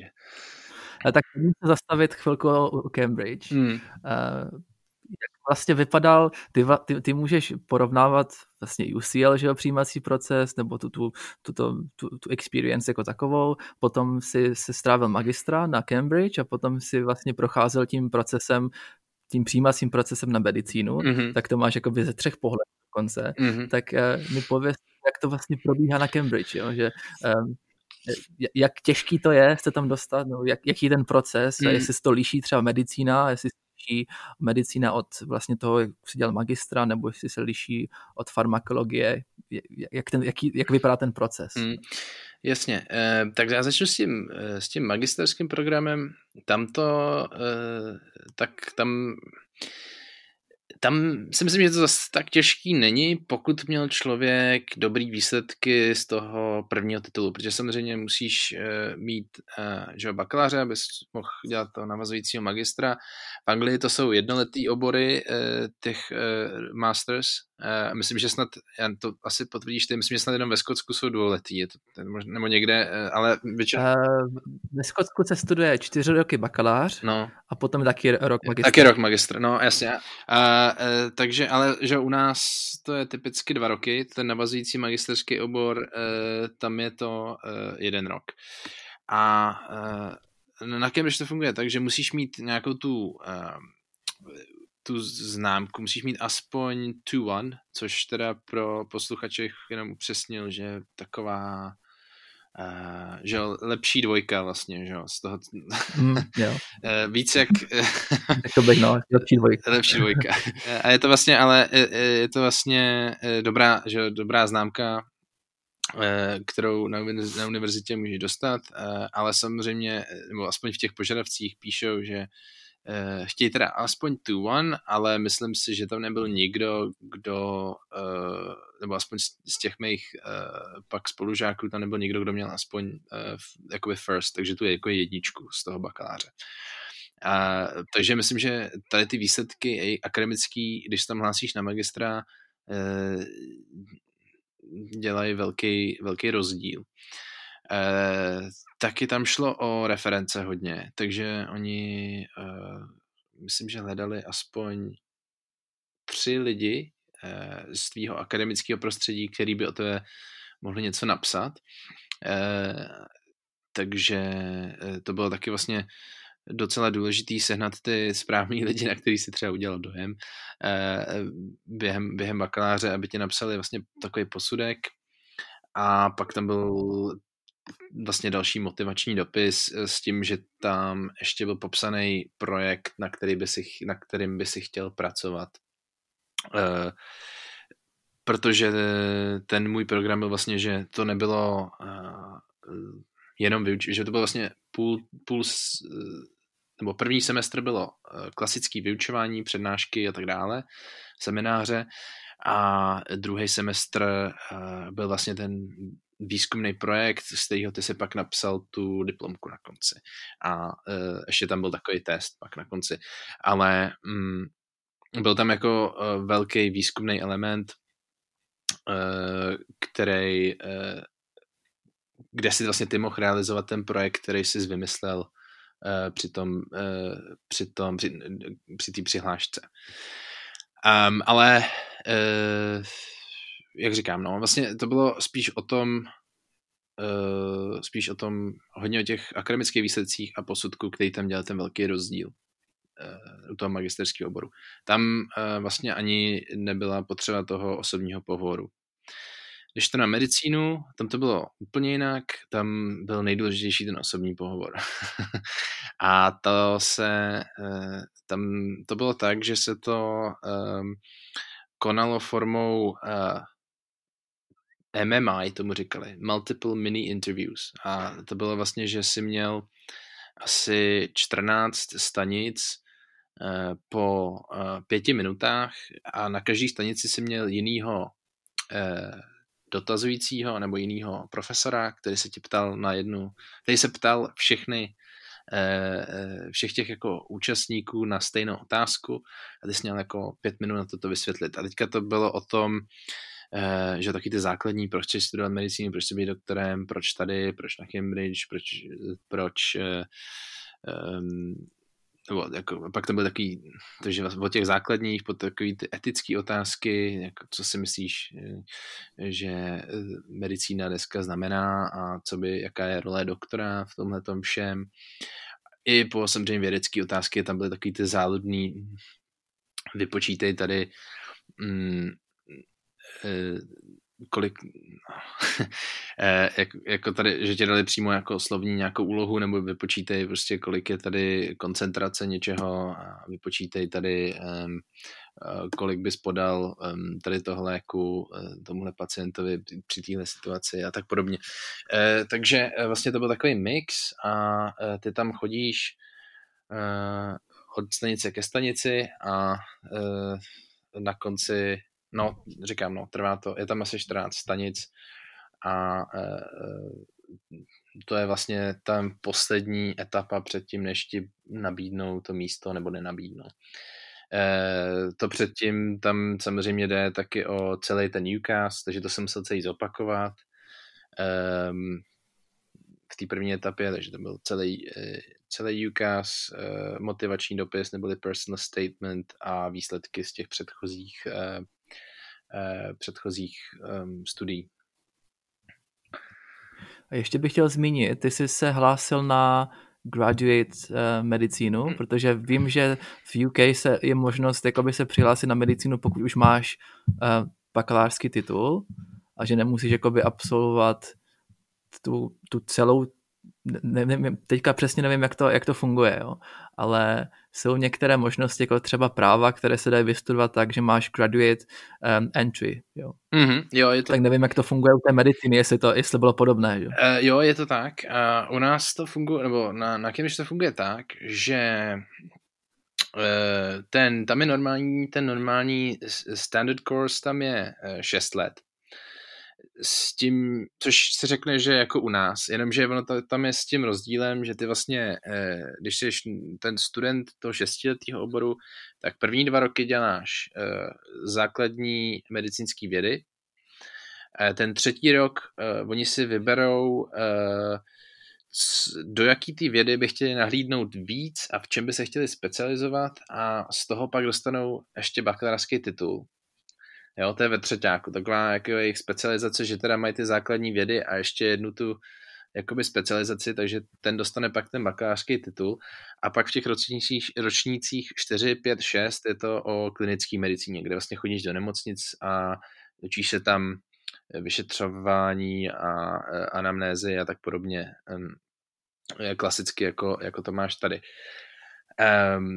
A tak můžu se zastavit chvilku u Cambridge. Hmm. Uh, jak vlastně vypadal, ty, ty, ty můžeš porovnávat vlastně U C L, že jo, přijímací proces, nebo tu, tu, tu, tu, tu, tu experience jako takovou, potom si, si strávil magistra na Cambridge a potom si vlastně procházel tím procesem, tím přijímacím procesem na medicínu, mm-hmm. tak to máš jakoby ze třech pohledů dokonce. Mm-hmm. Tak uh, mi pověz, jak to vlastně probíhá na Cambridge, jo? Že um, jak těžký to je se tam dostat, no, jak, jaký je ten proces, mm. jestli se to liší třeba medicína, jestli se liší medicína od vlastně toho, jak si dělal magistra, nebo jestli se liší od farmakologie, jak, ten, jaký, jak vypadá ten proces. Mm. Jasně, eh, takže já začnu s tím, s tím magisterským programem, tam to, eh, tak tam Tam si myslím, že to zase tak těžký není, pokud měl člověk dobrý výsledky z toho prvního titulu, protože samozřejmě musíš uh, mít uh, že bakaláře, abys mohl dělat toho navazujícího magistra. V Anglii to jsou jednoletý obory uh, těch uh, masters, Uh, myslím, že snad, já to asi potvrdíš ty, myslím, že snad jenom ve Skotsku jsou dvouletý, je to, nebo někde, uh, ale většinou... Uh, ve Skotsku se studuje čtyři roky bakalář no. a potom taky rok magistr. Taky rok magistr, no jasně. Uh, uh, takže, ale že u nás to je typicky dva roky, ten navazující magisterský obor, uh, tam je to uh, jeden rok. A uh, na Cambridge to funguje tak, že musíš mít nějakou tu... Uh, tu známku, musíš mít aspoň two one, což teda pro posluchače jenom upřesnil, že taková uh, že lepší dvojka vlastně, že jo, z toho mm, jo. víc jak to bych, no, lepší dvojka. lepší dvojka. A je to vlastně, ale je to vlastně dobrá, že dobrá známka, kterou na univerzitě můžeš dostat, ale samozřejmě, nebo aspoň v těch požadavcích píšou, že Uh, chtějí teda aspoň two one, ale myslím si, že tam nebyl nikdo, kdo, uh, nebo aspoň z, z těch mých uh, pak spolužáků, tam nebyl nikdo, kdo měl aspoň uh, jakoby first, takže tu je jako jedničku z toho bakaláře. Uh, takže myslím, že tady ty výsledky akademický, když tam hlásíš na magistra, uh, dělají velký, velký rozdíl. Uh, taky tam šlo o reference hodně, takže oni uh, myslím, že hledali aspoň tři lidi uh, z tvýho akademického prostředí, který by o tebe mohli něco napsat. Uh, takže uh, to bylo taky vlastně docela důležitý sehnat ty správný lidi, na který si třeba udělal dojem uh, během, během bakaláře, aby ti napsali vlastně takový posudek. A pak tam byl vlastně další motivační dopis s tím, že tam ještě byl popsaný projekt, na, který by si, na kterým by si chtěl pracovat. Uh, protože ten můj program byl vlastně, že to nebylo uh, jenom vyučování, že to bylo vlastně půl, půl nebo první semestr bylo uh, klasický vyučování, přednášky a tak dále, semináře, a druhý semestr uh, byl vlastně ten výzkumný projekt, z kterého ty si pak napsal tu diplomku na konci. A uh, ještě tam byl takový test pak na konci. Ale um, byl tam jako uh, velký výzkumný element, uh, který, uh, kde si vlastně ty mohl realizovat ten projekt, který jsi vymyslel uh, při tom, uh, při tom, při, při té přihlášce. Um, ale uh, jak říkám, no, vlastně to bylo spíš o tom, uh, spíš o tom, hodně o těch akademických výsledcích a posudku, který tam dělal ten velký rozdíl uh, u toho magisterského oboru. Tam uh, vlastně ani nebyla potřeba toho osobního pohovoru. Když to na medicínu, tam to bylo úplně jinak, tam byl nejdůležitější ten osobní pohovor. A to se, uh, tam to bylo tak, že se to um, konalo formou uh, M M I, tomu říkali, Multiple Mini Interviews. A to bylo vlastně, že jsi měl asi čtrnáct stanic uh, po uh, pěti minutách a na každý stanici si měl jinýho uh, dotazujícího nebo jinýho profesora, který se tě ptal na jednu, který se ptal všechny všech těch jako účastníků na stejnou otázku a ty jsi měl jako pět minut na toto vysvětlit. A teďka to bylo o tom, že taky ty základní, proč chceš studovat medicínu, proč chceš být doktorem, proč tady, proč na Cambridge, proč, proč um, nebo jako, pak to byl takový, takže o těch základních, po takový ty etické otázky, jako co si myslíš, že medicína dneska znamená a co by, jaká je role doktora v tomhletom všem. I po samozřejmě vědecké otázky tam byly takový ty záludný, vypočítej tady mm, kolik jak, jako tady, že tě dali přímo jako slovní nějakou úlohu, nebo vypočítej prostě kolik je tady koncentrace něčeho a vypočítej tady um, kolik bys podal um, tady toho léku um, tomuhle pacientovi při téhle situaci a tak podobně. Uh, takže uh, vlastně to byl takový mix a uh, ty tam chodíš uh, od stanice ke stanici a uh, na konci no, říkám, no, trvá to, je tam asi čtrnáct stanic a e, to je vlastně tam poslední etapa předtím, než ti nabídnou to místo nebo nenabídnou. Uh, to předtím tam samozřejmě jde taky o celý ten U C A S, takže to jsem musel celý zopakovat. Um, v té první etapě, takže to byl celý, celý U C A S, motivační dopis neboli personal statement a výsledky z těch předchozích, předchozích studií. A ještě bych chtěl zmínit, ty jsi se hlásil na graduate medicínu, hmm. protože vím, že v U K se je možnost jakoby se přihlásit na medicínu, pokud už máš bakalářský titul a že nemusíš jakoby absolvovat tu, tu celou, ne, nevím, teďka přesně nevím, jak to, jak to funguje, jo, ale jsou některé možnosti, jako třeba práva, které se dají vystudovat tak, že máš graduate um, entry, jo. Mm-hmm, jo, je to... Tak nevím, jak to funguje u té medicíny, jestli to jestli bylo podobné, jo. Uh, jo, je to tak. Uh, u nás to funguje, nebo na, na Cambridge to funguje tak, že uh, ten, tam je normální, ten normální standard course tam je uh, šest let. S tím, což se řekne, že jako u nás, jenomže ono to, tam je s tím rozdílem, že ty vlastně, eh, když jsi ten student toho šestiletého oboru, tak první dva roky děláš eh, základní medicínský vědy. Eh, ten třetí rok eh, oni si vyberou, eh, do jaký ty vědy by chtěli nahlídnout víc a v čem by se chtěli specializovat a z toho pak dostanou ještě bakalářský titul. Jo, to je ve třeťáku, taková jako jejich specializace, že teda mají ty základní vědy a ještě jednu tu jakoby specializaci, takže ten dostane pak ten bakalářský titul a pak v těch ročnících, ročnících čtyři, pět, šest je to o klinické medicíně, kde vlastně chodíš do nemocnic a učíš se tam vyšetřování a anamnézy a tak podobně, klasicky jako, jako to máš tady. Um,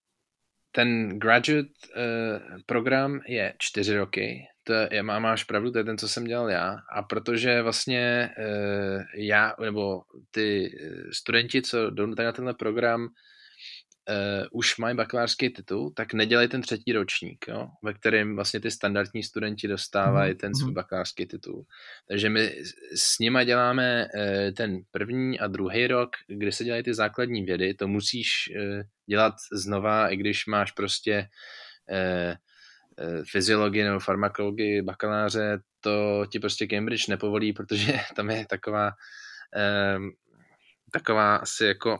Ten graduate uh, program je čtyři roky, to je, má, máš pravdu, to je ten, co jsem dělal já, a protože vlastně uh, já, nebo ty studenti, co jdou na tenhle program, uh, už mají bakalářský titul, tak nedělají ten třetí ročník, jo, ve kterém vlastně ty standardní studenti dostávají ten svůj bakalářský titul. Takže my s nima děláme uh, ten první a druhý rok, kdy se dělají ty základní vědy, to musíš uh, dělat znova, i když máš prostě uh, uh, fyziologii nebo farmakologii bakaláře, to ti prostě Cambridge nepovolí, protože tam je taková uh, taková asi jako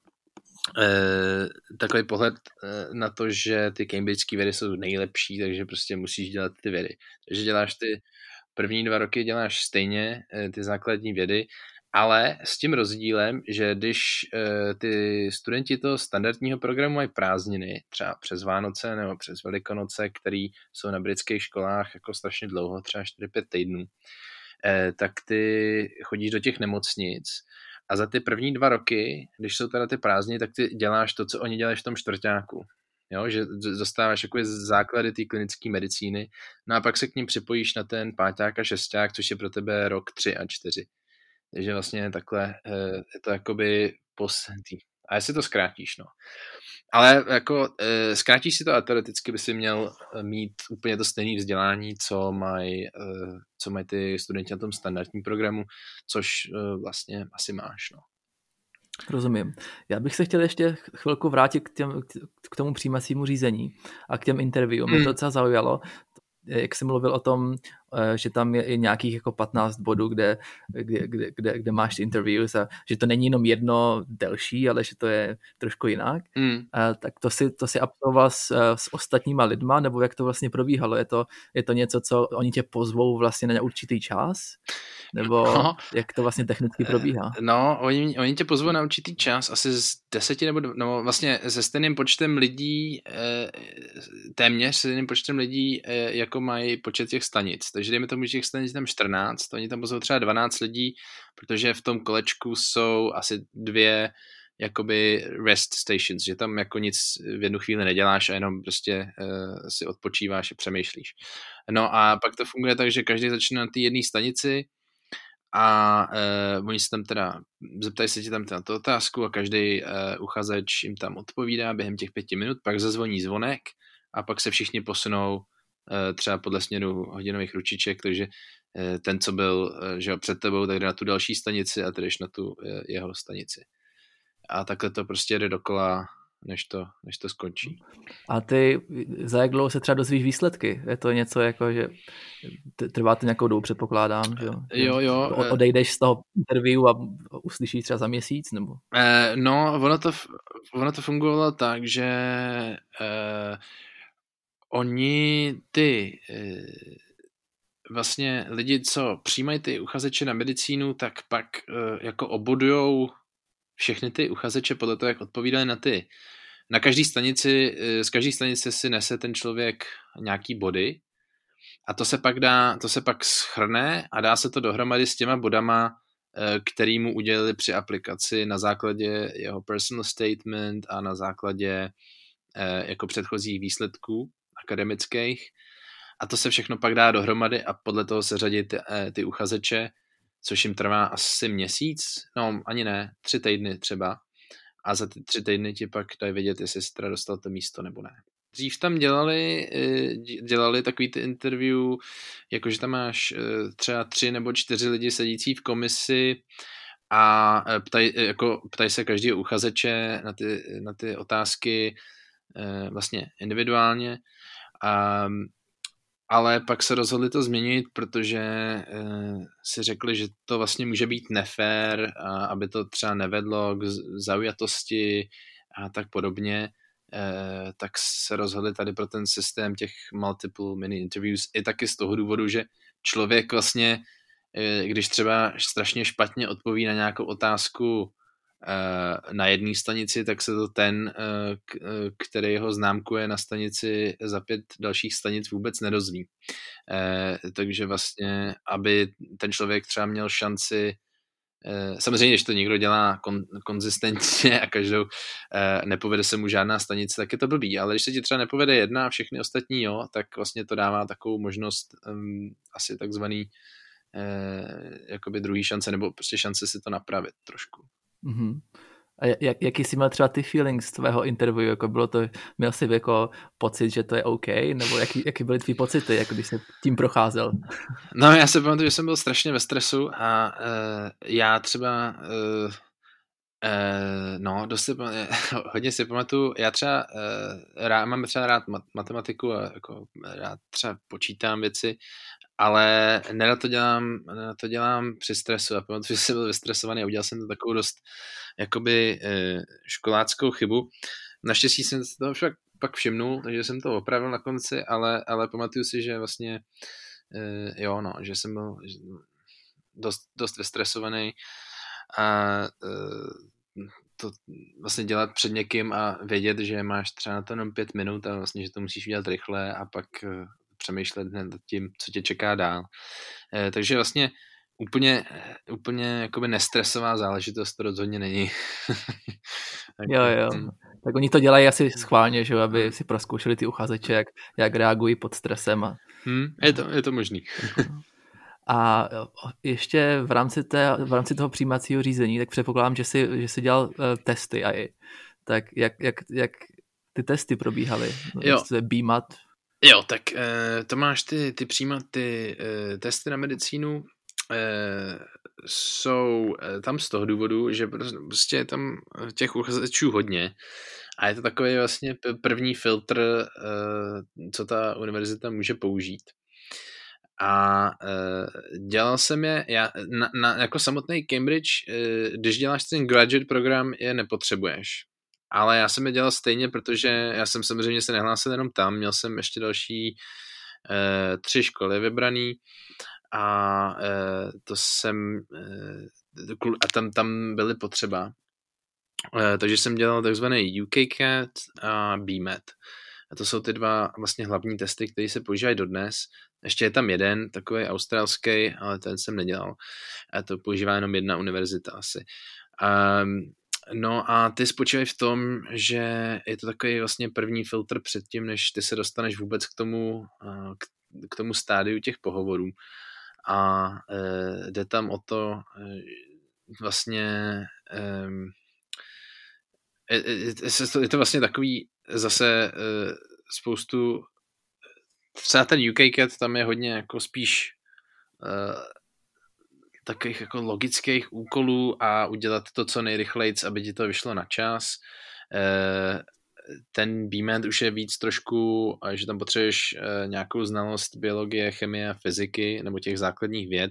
Uh, takový pohled uh, na to, že ty cambridgeské vědy jsou nejlepší, takže prostě musíš dělat ty vědy. Takže děláš ty první dva roky děláš stejně uh, ty základní vědy, ale s tím rozdílem, že když uh, ty studenti toho standardního programu mají prázdniny, třeba přes Vánoce nebo přes Velikonoce, který jsou na britských školách jako strašně dlouho, třeba čtyři pět týdnů, uh, tak ty chodíš do těch nemocnic. A za ty první dva roky, když jsou teda ty prázdniny, tak ty děláš to, co oni dělají v tom čtvrťáku. Jo? Že dostáváš jako základy té klinické medicíny, no a pak se k ním připojíš na ten páťák a šesták, což je pro tebe rok tři a čtyři. Takže vlastně takhle je to jakoby poslední. A jestli to zkrátíš, no. Ale jako zkrátíš si to a teoreticky by si měl mít úplně to stejné vzdělání, co mají co mají ty studenti na tom standardním programu, což vlastně asi máš, no. Rozumím. Já bych se chtěl ještě chvilku vrátit k, těm, k tomu přijímacímu řízení a k těm interview. Mě to docela zaujalo, jak jsi mluvil o tom, že tam je nějakých jako patnáct bodů, kde, kde, kde, kde, kde máš interviews a že to není jenom jedno delší, ale že to je trošku jinak. Mm. Tak to si, to si absolvoval s, s ostatníma lidma, nebo jak to vlastně probíhalo? Je to, je to něco, co oni tě pozvou vlastně na určitý čas? Nebo no, jak to vlastně technicky probíhá? No, oni, oni tě pozvou na určitý čas, asi z deseti nebo no, vlastně se stejným počtem lidí, téměř se stejným počtem lidí, jako mají počet těch stanic. Takže dejme tomu, že těch stanic tam čtrnáct, oni tam pozvou třeba dvanáct lidí, protože v tom kolečku jsou asi dvě jakoby rest stations, že tam jako nic v jednu chvíli neděláš a jenom prostě uh, si odpočíváš a přemýšlíš. No a pak to funguje tak, že každý začne na té jedné stanici a uh, oni se tam teda, zeptají se ti tam na tu otázku a každý uh, uchazeč jim tam odpovídá během těch pěti minut, pak zazvoní zvonek a pak se všichni posunou uh, třeba podle směru hodinových ručiček, takže uh, ten, co byl uh, že před tebou, tak jde na tu další stanici a ty jdeš na tu uh, jeho stanici. A takhle to prostě jde dokola než to, než to skončí. A ty za jak dlouho se třeba dozvíš výsledky? Je to něco jako, že trvá to nějakou dobu, předpokládám, že jo? Jo, odejdeš z toho interview a uslyšíš třeba za měsíc, nebo? Eh, no, ono to, ono to fungovalo tak, že eh, oni ty eh, vlastně lidi, co přijímají ty uchazeče na medicínu, tak pak eh, jako obodujou všechny ty uchazeče podle toho, jak odpovídají na ty. Na každý stanici, z každé stanice si nese ten člověk nějaký body a to se pak dá, to se pak shrne a dá se to dohromady s těma bodama, který mu udělili při aplikaci na základě jeho personal statement a na základě jako předchozích výsledků akademických. A to se všechno pak dá dohromady a podle toho se řadí ty, ty uchazeče, což jim trvá asi měsíc, no ani ne, tři týdny třeba. A za ty tři týdny ti pak dají vědět, jestli jsi teda dostal to místo nebo ne. Dřív tam dělali, dělali takový ty interview, jakože tam máš třeba tři nebo čtyři lidi sedící v komisi a ptaj, jako ptají se každého uchazeče na ty, na ty otázky vlastně individuálně. A ale pak se rozhodli to změnit, protože uh, si řekli, že to vlastně může být nefér, a aby to třeba nevedlo k zaujatosti a tak podobně, uh, tak se rozhodli tady pro ten systém těch multiple mini interviews i taky z toho důvodu, že člověk vlastně, uh, když třeba strašně špatně odpoví na nějakou otázku na jedné stanici, tak se to ten, který ho známkuje na stanici za pět dalších stanic, vůbec nedozví. Takže vlastně, aby ten člověk třeba měl šanci, samozřejmě, že to někdo dělá kon, konzistentně a každou nepovede se mu žádná stanice, tak je to blbý, ale když se ti třeba nepovede jedna a všechny ostatní jo, tak vlastně to dává takovou možnost um, asi takzvaný uh, jakoby druhý šance, nebo prostě šance si to napravit trošku. Mm-hmm. A jak, jaký jsi měl třeba ty feelings z tvého interview, jako bylo to, měl jsi jako pocit, že to je OK, nebo jaký, jaký byly tvý pocity, jako když jsi tím procházel? No já se pamatuju, že jsem byl strašně ve stresu a uh, já třeba uh, uh, no, dost si pamatuju, hodně si pamatuju, já třeba uh, rád, mám třeba rád matematiku a jako rád třeba počítám věci, ale nerad to dělám, nerad to dělám při stresu a pamatuju, že jsem byl vystresovaný a udělal jsem to takovou dost jakoby eh, školáckou chybu. Naštěstí jsem se toho však pak všimnul, takže jsem to opravil na konci, ale, ale pamatuju si, že vlastně eh, jo, no, že jsem byl dost, dost vystresovaný a eh, to vlastně dělat před někým a vědět, že máš třeba na to jenom pět minut a vlastně, že to musíš udělat rychle a pak eh, přemýšlet nad tím, co tě čeká dál. Eh, takže vlastně úplně, úplně jakoby nestresová záležitost to rozhodně není. tak, jo, jo. Hm. Tak oni to dělají asi schválně, že aby si prozkoušeli ty uchazeče, jak, jak reagují pod stresem. A... Hmm, je, to, je to možný. A ještě v rámci, té, v rámci toho přijímacího řízení, tak předpokládám, že jsi, že jsi dělal uh, testy a tak jak, jak, jak ty testy probíhaly? Jo. BMAT? Jo, tak uh, to máš ty, ty přijímat ty uh, testy na medicínu, Uh, jsou uh, tam z toho důvodu, že prostě je tam těch uchazečů hodně a je to takový vlastně první filtr, uh, co ta univerzita může použít. A uh, dělal jsem je, já, na, na, jako samotný Cambridge, uh, když děláš ten graduate program, je nepotřebuješ. Ale já jsem je dělal stejně, protože já jsem samozřejmě se nehlásil jenom tam, měl jsem ještě další uh, tři školy vybraný, a e, to jsem e, a tam, tam byly potřeba. E, takže jsem dělal takzvaný U K C A T a BMAT. A to jsou ty dva vlastně hlavní testy, které se používají dodnes. Ještě je tam jeden, takový australský, ale ten jsem nedělal. A to používá jenom jedna univerzita asi. A, no a ty spočívají v tom, že je to takový vlastně první filtr předtím, než ty se dostaneš vůbec k tomu, k, k tomu stádiu těch pohovorů. A e, jde tam o to, e, vlastně e, je, je to vlastně takový zase e, spoustu, třeba ten U K C A T tam je hodně jako spíš e, takových jako logických úkolů a udělat to co nejrychlejc, aby ti to vyšlo na čas. ten BMAT už je víc trošku, že tam potřebuješ nějakou znalost biologie, chemie a fyziky nebo těch základních věd,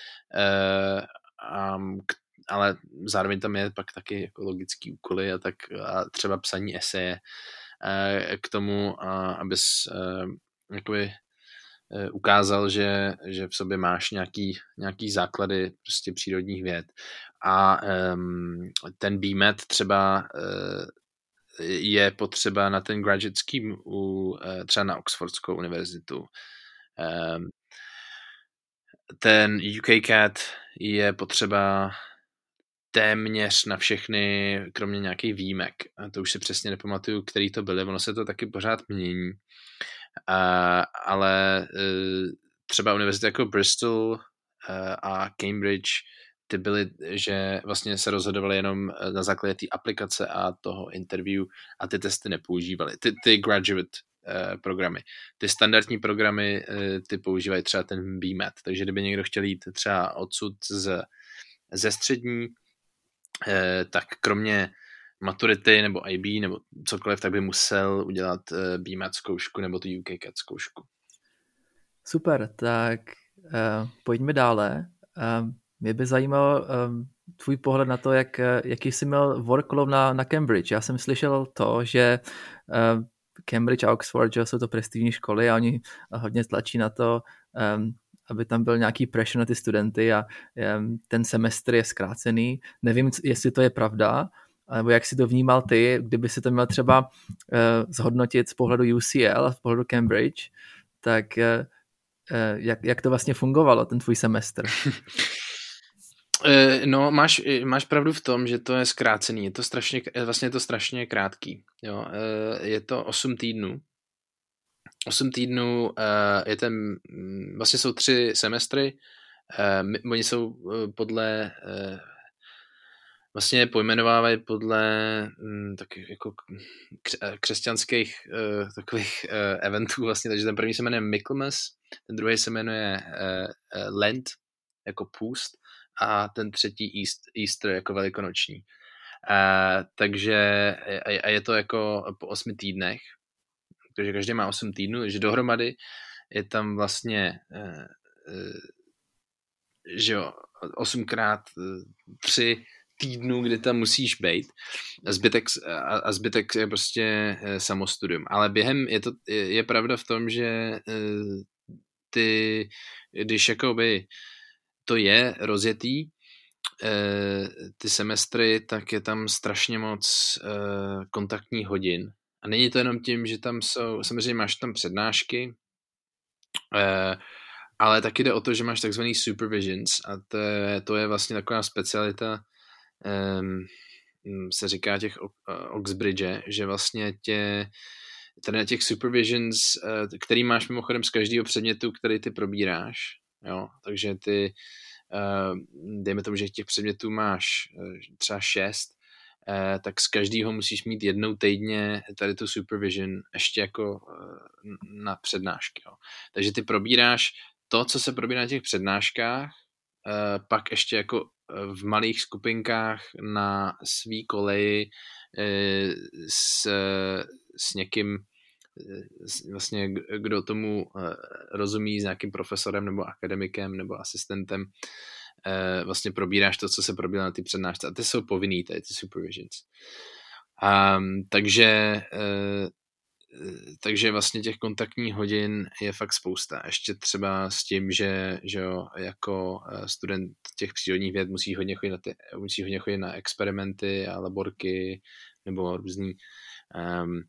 ale zároveň tam je pak taky jako logický úkoly a, tak, a třeba psaní eseje k tomu, abys jakoby ukázal, že, že v sobě máš nějaký, nějaký základy prostě přírodních věd. A um, ten BMAT třeba uh, je potřeba na ten graduate scheme u, uh, třeba na Oxfordskou univerzitu. Um, ten U K C A T je potřeba téměř na všechny, kromě nějakých výjimek. A to už si přesně nepamatuju, který to byly. Ono se to taky pořád mění. Uh, ale uh, třeba univerzity jako Bristol uh, a Cambridge, ty byly, že vlastně se rozhodovaly jenom na základě té aplikace a toho interview a ty testy nepoužívaly. Ty, ty graduate uh, programy. Ty standardní programy, uh, ty používají třeba ten BMAT. Takže kdyby někdo chtěl jít třeba odsud z, ze střední, uh, tak kromě maturity nebo I B nebo cokoliv, tak by musel udělat uh, BMAT zkoušku nebo tu U K C A T zkoušku. Super, tak uh, pojďme dále. Uh, mě by zajímal um, tvůj pohled na to, jak, jaký jsi měl workload na, na Cambridge. Já jsem slyšel to, že uh, Cambridge a Oxford, že jsou to prestižní školy a oni hodně tlačí na to, um, aby tam byl nějaký pressure na ty studenty a um, ten semestr je zkrácený. Nevím, jestli to je pravda, nebo jak si to vnímal ty, kdyby si to měl třeba uh, zhodnotit z pohledu U C L a z pohledu Cambridge, tak uh, uh, jak, jak to vlastně fungovalo, ten tvůj semestr? No, máš, máš pravdu v tom, že to je zkrácený. Je to strašně, vlastně je to strašně krátký. Jo. Je to osm týdnů. osm týdnů je ten, vlastně jsou tři semestry. Oni jsou podle, vlastně pojmenovávají podle tak jako křesťanských takových eventů vlastně. Takže ten první se jmenuje Michaelmas, ten druhý se jmenuje Lent, jako půst, a ten třetí East, Easter jako velikonoční. Uh, takže a, a je to jako po osmi týdnech, takže každý má osm týdnů, takže dohromady je tam vlastně uh, uh, že jo, osmkrát tři týdnů, kdy tam musíš být a zbytek, a, a zbytek je prostě uh, samostudium. Ale během je to je, je pravda v tom, že uh, ty, když jakoby to je rozjetý, eh, ty semestry, tak je tam strašně moc eh, kontaktních hodin. A není to jenom tím, že tam jsou, samozřejmě máš tam přednášky, eh, ale taky jde o to, že máš takzvaný supervisions a to je, to je vlastně taková specialita, eh, se říká těch Oxbridge, že vlastně tě, tady na těch supervisions, eh, který máš mimochodem z každého předmětu, který ty probíráš, jo, takže ty, uh, dejme tomu, že těch předmětů máš uh, třeba šest, uh, tak z každého musíš mít jednou týdně tady tu supervision ještě jako uh, na přednášky. Jo. Takže ty probíráš to, co se probírá na těch přednáškách, uh, pak ještě jako uh, v malých skupinkách na svý koleji uh, s, s někým vlastně kdo tomu rozumí, s nějakým profesorem nebo akademikem nebo asistentem, vlastně probíráš to, co se probírá na ty přednášce a ty jsou povinný, tady ty supervisions. Um, takže takže vlastně těch kontaktních hodin je fakt spousta. Ještě třeba s tím, že, že jo, jako student těch přírodních věd musí hodně chodit na, ty, musí hodně chodit na experimenty a laborky nebo různý um,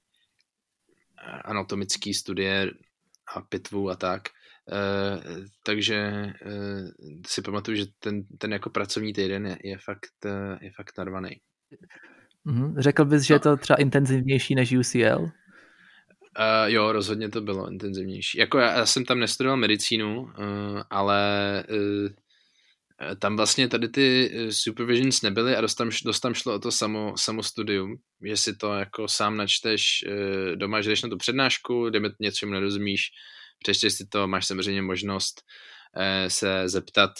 anatomické studie a pitvu a tak. Uh, takže uh, si pamatuju, že ten, ten jako pracovní týden je, je fakt, uh, je fakt narvaný. Mm-hmm. Řekl bys, že no. Je to třeba intenzivnější než U C L? Uh, jo, rozhodně to bylo intenzivnější. Jako já, já jsem tam nestudoval medicínu, uh, ale uh, tam vlastně tady ty supervisions nebyly a dost tam, dost tam šlo o to samo, samo studium, že si to jako sám načteš doma, že jdeš na tu přednášku, jdeme něčemu nerozumíš, přečteš si to, máš samozřejmě možnost se zeptat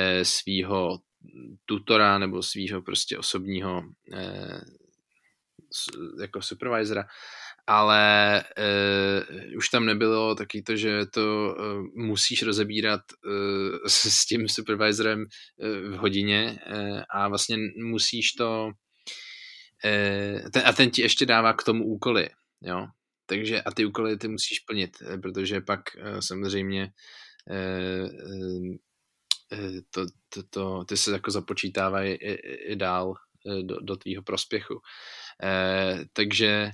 svýho tutora nebo svýho prostě osobního jako supervisora, ale uh, už tam nebylo taky to, že to uh, musíš rozebírat uh, s, s tím supervisorem uh, v hodině uh, a vlastně musíš to uh, ten, a ten ti ještě dává k tomu úkoly, jo. Takže a ty úkoly ty musíš plnit, protože pak uh, samozřejmě uh, uh, to, to, to, ty se jako započítávají i, i dál do, do tvýho prospěchu. Uh, takže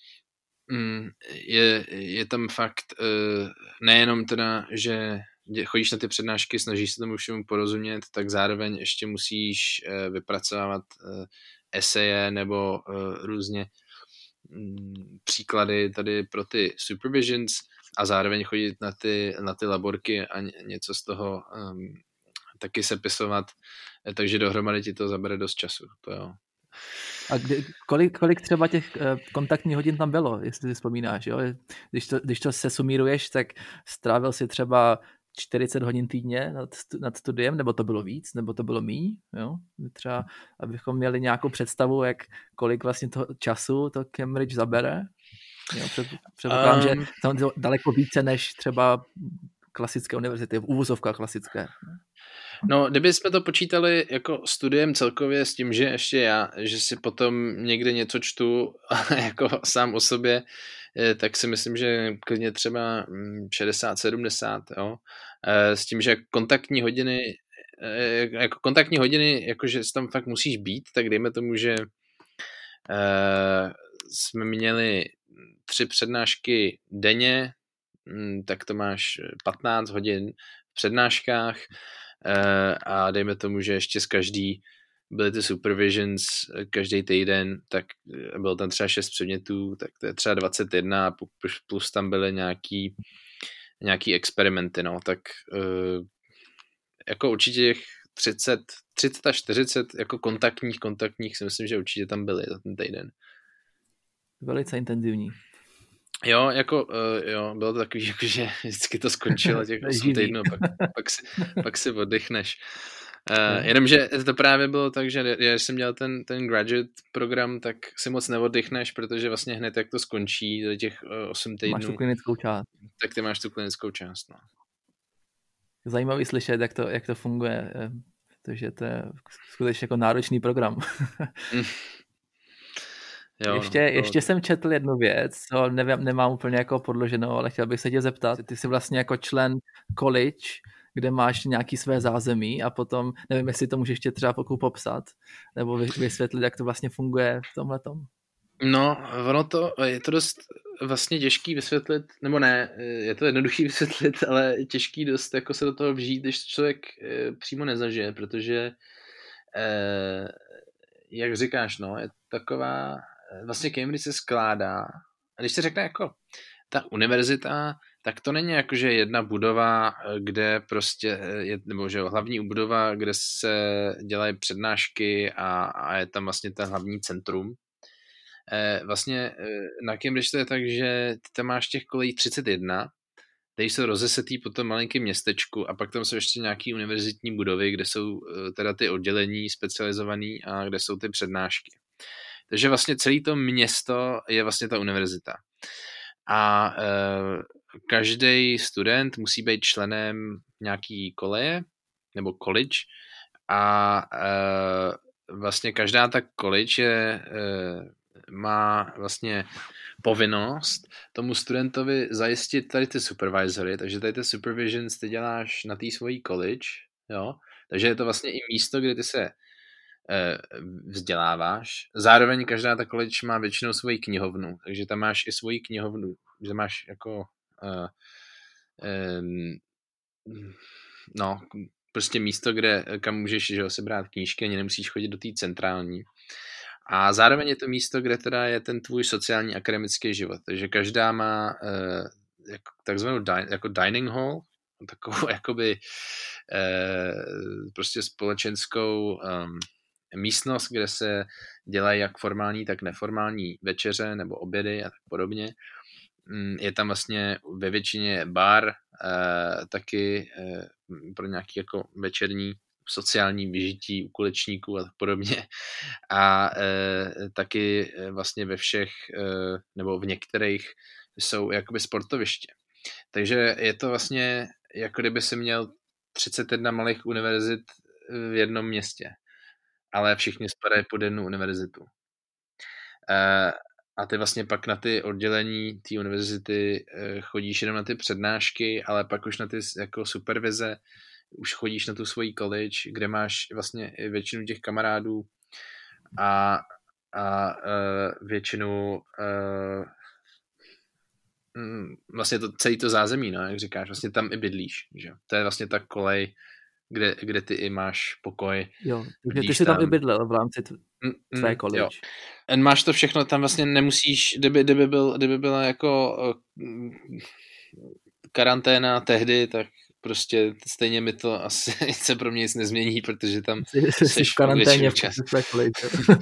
Je, je tam fakt nejenom teda, že chodíš na ty přednášky, snažíš se tomu všemu porozumět, tak zároveň ještě musíš vypracovávat eseje nebo různě příklady tady pro ty supervisions a zároveň chodit na ty, na ty laborky a něco z toho um, taky sepisovat, takže dohromady ti to zabere dost času. To jo. A kdy, kolik, kolik třeba těch uh, kontaktních hodin tam bylo, jestli si vzpomínáš, jo? Když to, když to sesumíruješ, tak strávil si třeba čtyřicet hodin týdně nad, nad studiem, nebo to bylo víc, nebo to bylo míň, jo? Třeba, abychom měli nějakou představu, jak kolik vlastně toho času to Cambridge zabere. Jo? Před, předpokládám, um, že tam daleko více než třeba klasické univerzity, v úvozovkách klasické. No, kdybychom to počítali jako studiem celkově s tím, že ještě já, že si potom někde něco čtu jako sám o sobě, tak si myslím, že klidně třeba šedesát sedmdesát, jo. S tím, že kontaktní hodiny, jako kontaktní hodiny, jakože tam fakt musíš být, tak dejme tomu, že jsme měli tři přednášky denně, tak to máš patnáct hodin v přednáškách, a dejme tomu, že ještě z každý byly ty supervisions každý týden, tak bylo tam třeba šest předmětů, tak to je třeba dvacet jedna a plus tam byly nějaký, nějaký experimenty, no, tak jako určitě těch třicet, třicet a čtyřicet jako kontaktních, kontaktních si myslím, že určitě tam byly za ten týden. Velice intenzivní. Jo, jako, uh, jo, bylo to takový, jako, že vždycky to skončilo těch osm týdnů, pak, pak, si, pak si oddechneš. Uh, jenomže to právě bylo tak, že když jsem dělal ten, ten graduate program, tak si moc neoddechneš, protože vlastně hned, jak to skončí do těch uh, osm týdnů, máš tu klinickou část. Tak ty máš tu klinickou část, no. Zajímavý slyšet, jak to, jak to funguje, protože to je skutečně jako náročný program. Jo, ještě, no, to... ještě jsem četl jednu věc, co nevím, nemám úplně jako podloženou, ale chtěl bych se tě zeptat. Ty jsi vlastně jako člen college, kde máš nějaký své zázemí a potom, nevím, jestli to můžeš ještě třeba pokud popsat, nebo vysvětlit, jak to vlastně funguje v tomhletom. No, ono to, je to dost vlastně těžký vysvětlit, nebo ne, je to jednoduchý vysvětlit, ale těžký dost jako se do toho vžít, když člověk přímo nezažije, protože eh, jak říkáš, no, je taková, vlastně Cambridge se skládá, a když se řekne jako ta univerzita, tak to není jako, že jedna budova, kde prostě je, nebo že hlavní budova, kde se dělají přednášky a, a je tam vlastně ten hlavní centrum. E, vlastně na Cambridge to je tak, že ty tam máš těch kolejí třicet jedna, které jsou rozesetý po tom malinkém městečku a pak tam jsou ještě nějaký univerzitní budovy, kde jsou teda ty oddělení specializovaný a kde jsou ty přednášky. Takže vlastně celé to město je vlastně ta univerzita. A e, každý student musí být členem nějaký koleje nebo college a e, vlastně každá ta college je, e, má vlastně povinnost tomu studentovi zajistit tady ty supervisory, takže tady ty supervisions ty děláš na té svojí college, jo, takže je to vlastně i místo, kde ty se e, vzděláváš. Zároveň každá ta college má většinou svoji knihovnu, takže tam máš i svoji knihovnu, že máš jako e, e, no, prostě místo, kde, kam můžeš, že jo, si brát knížky, ani nemusíš chodit do té centrální. A zároveň je to místo, kde teda je ten tvůj sociální akademický život. Takže každá má uh, jako, takzvanou din, jako dining hall, takovou jakoby uh, prostě společenskou um, místnost, kde se dělají jak formální, tak neformální večeře nebo obědy a tak podobně. Je tam vlastně ve většině bar, uh, taky uh, pro nějaký jako večerní sociální vyžití u kulečníků a tak podobně. A e, taky vlastně ve všech, e, nebo v některých jsou jakoby sportoviště. Takže je to vlastně, jako kdyby si měl třicet jedna malých univerzit v jednom městě, ale všichni spadají pod jednu univerzitu. E, a ty vlastně pak na ty oddělení té univerzity e, chodíš jenom na ty přednášky, ale pak už na ty jako supervize už chodíš na tu svoji college, kde máš vlastně většinu těch kamarádů a, a uh, většinu uh, vlastně to, celý to zázemí, no, jak říkáš, vlastně tam i bydlíš, že? To je vlastně ta kolej, kde, kde ty i máš pokoj. Jo, takže ty jsi tam, tam i bydlel v rámci tvé mm, college. Jo. Máš to všechno, tam vlastně nemusíš, kdyby, kdyby, byl, kdyby byla jako uh, karanténa tehdy, tak prostě stejně mi to asi se pro mě nic nezmění, protože tam jsi, jsi v karanténě v své college.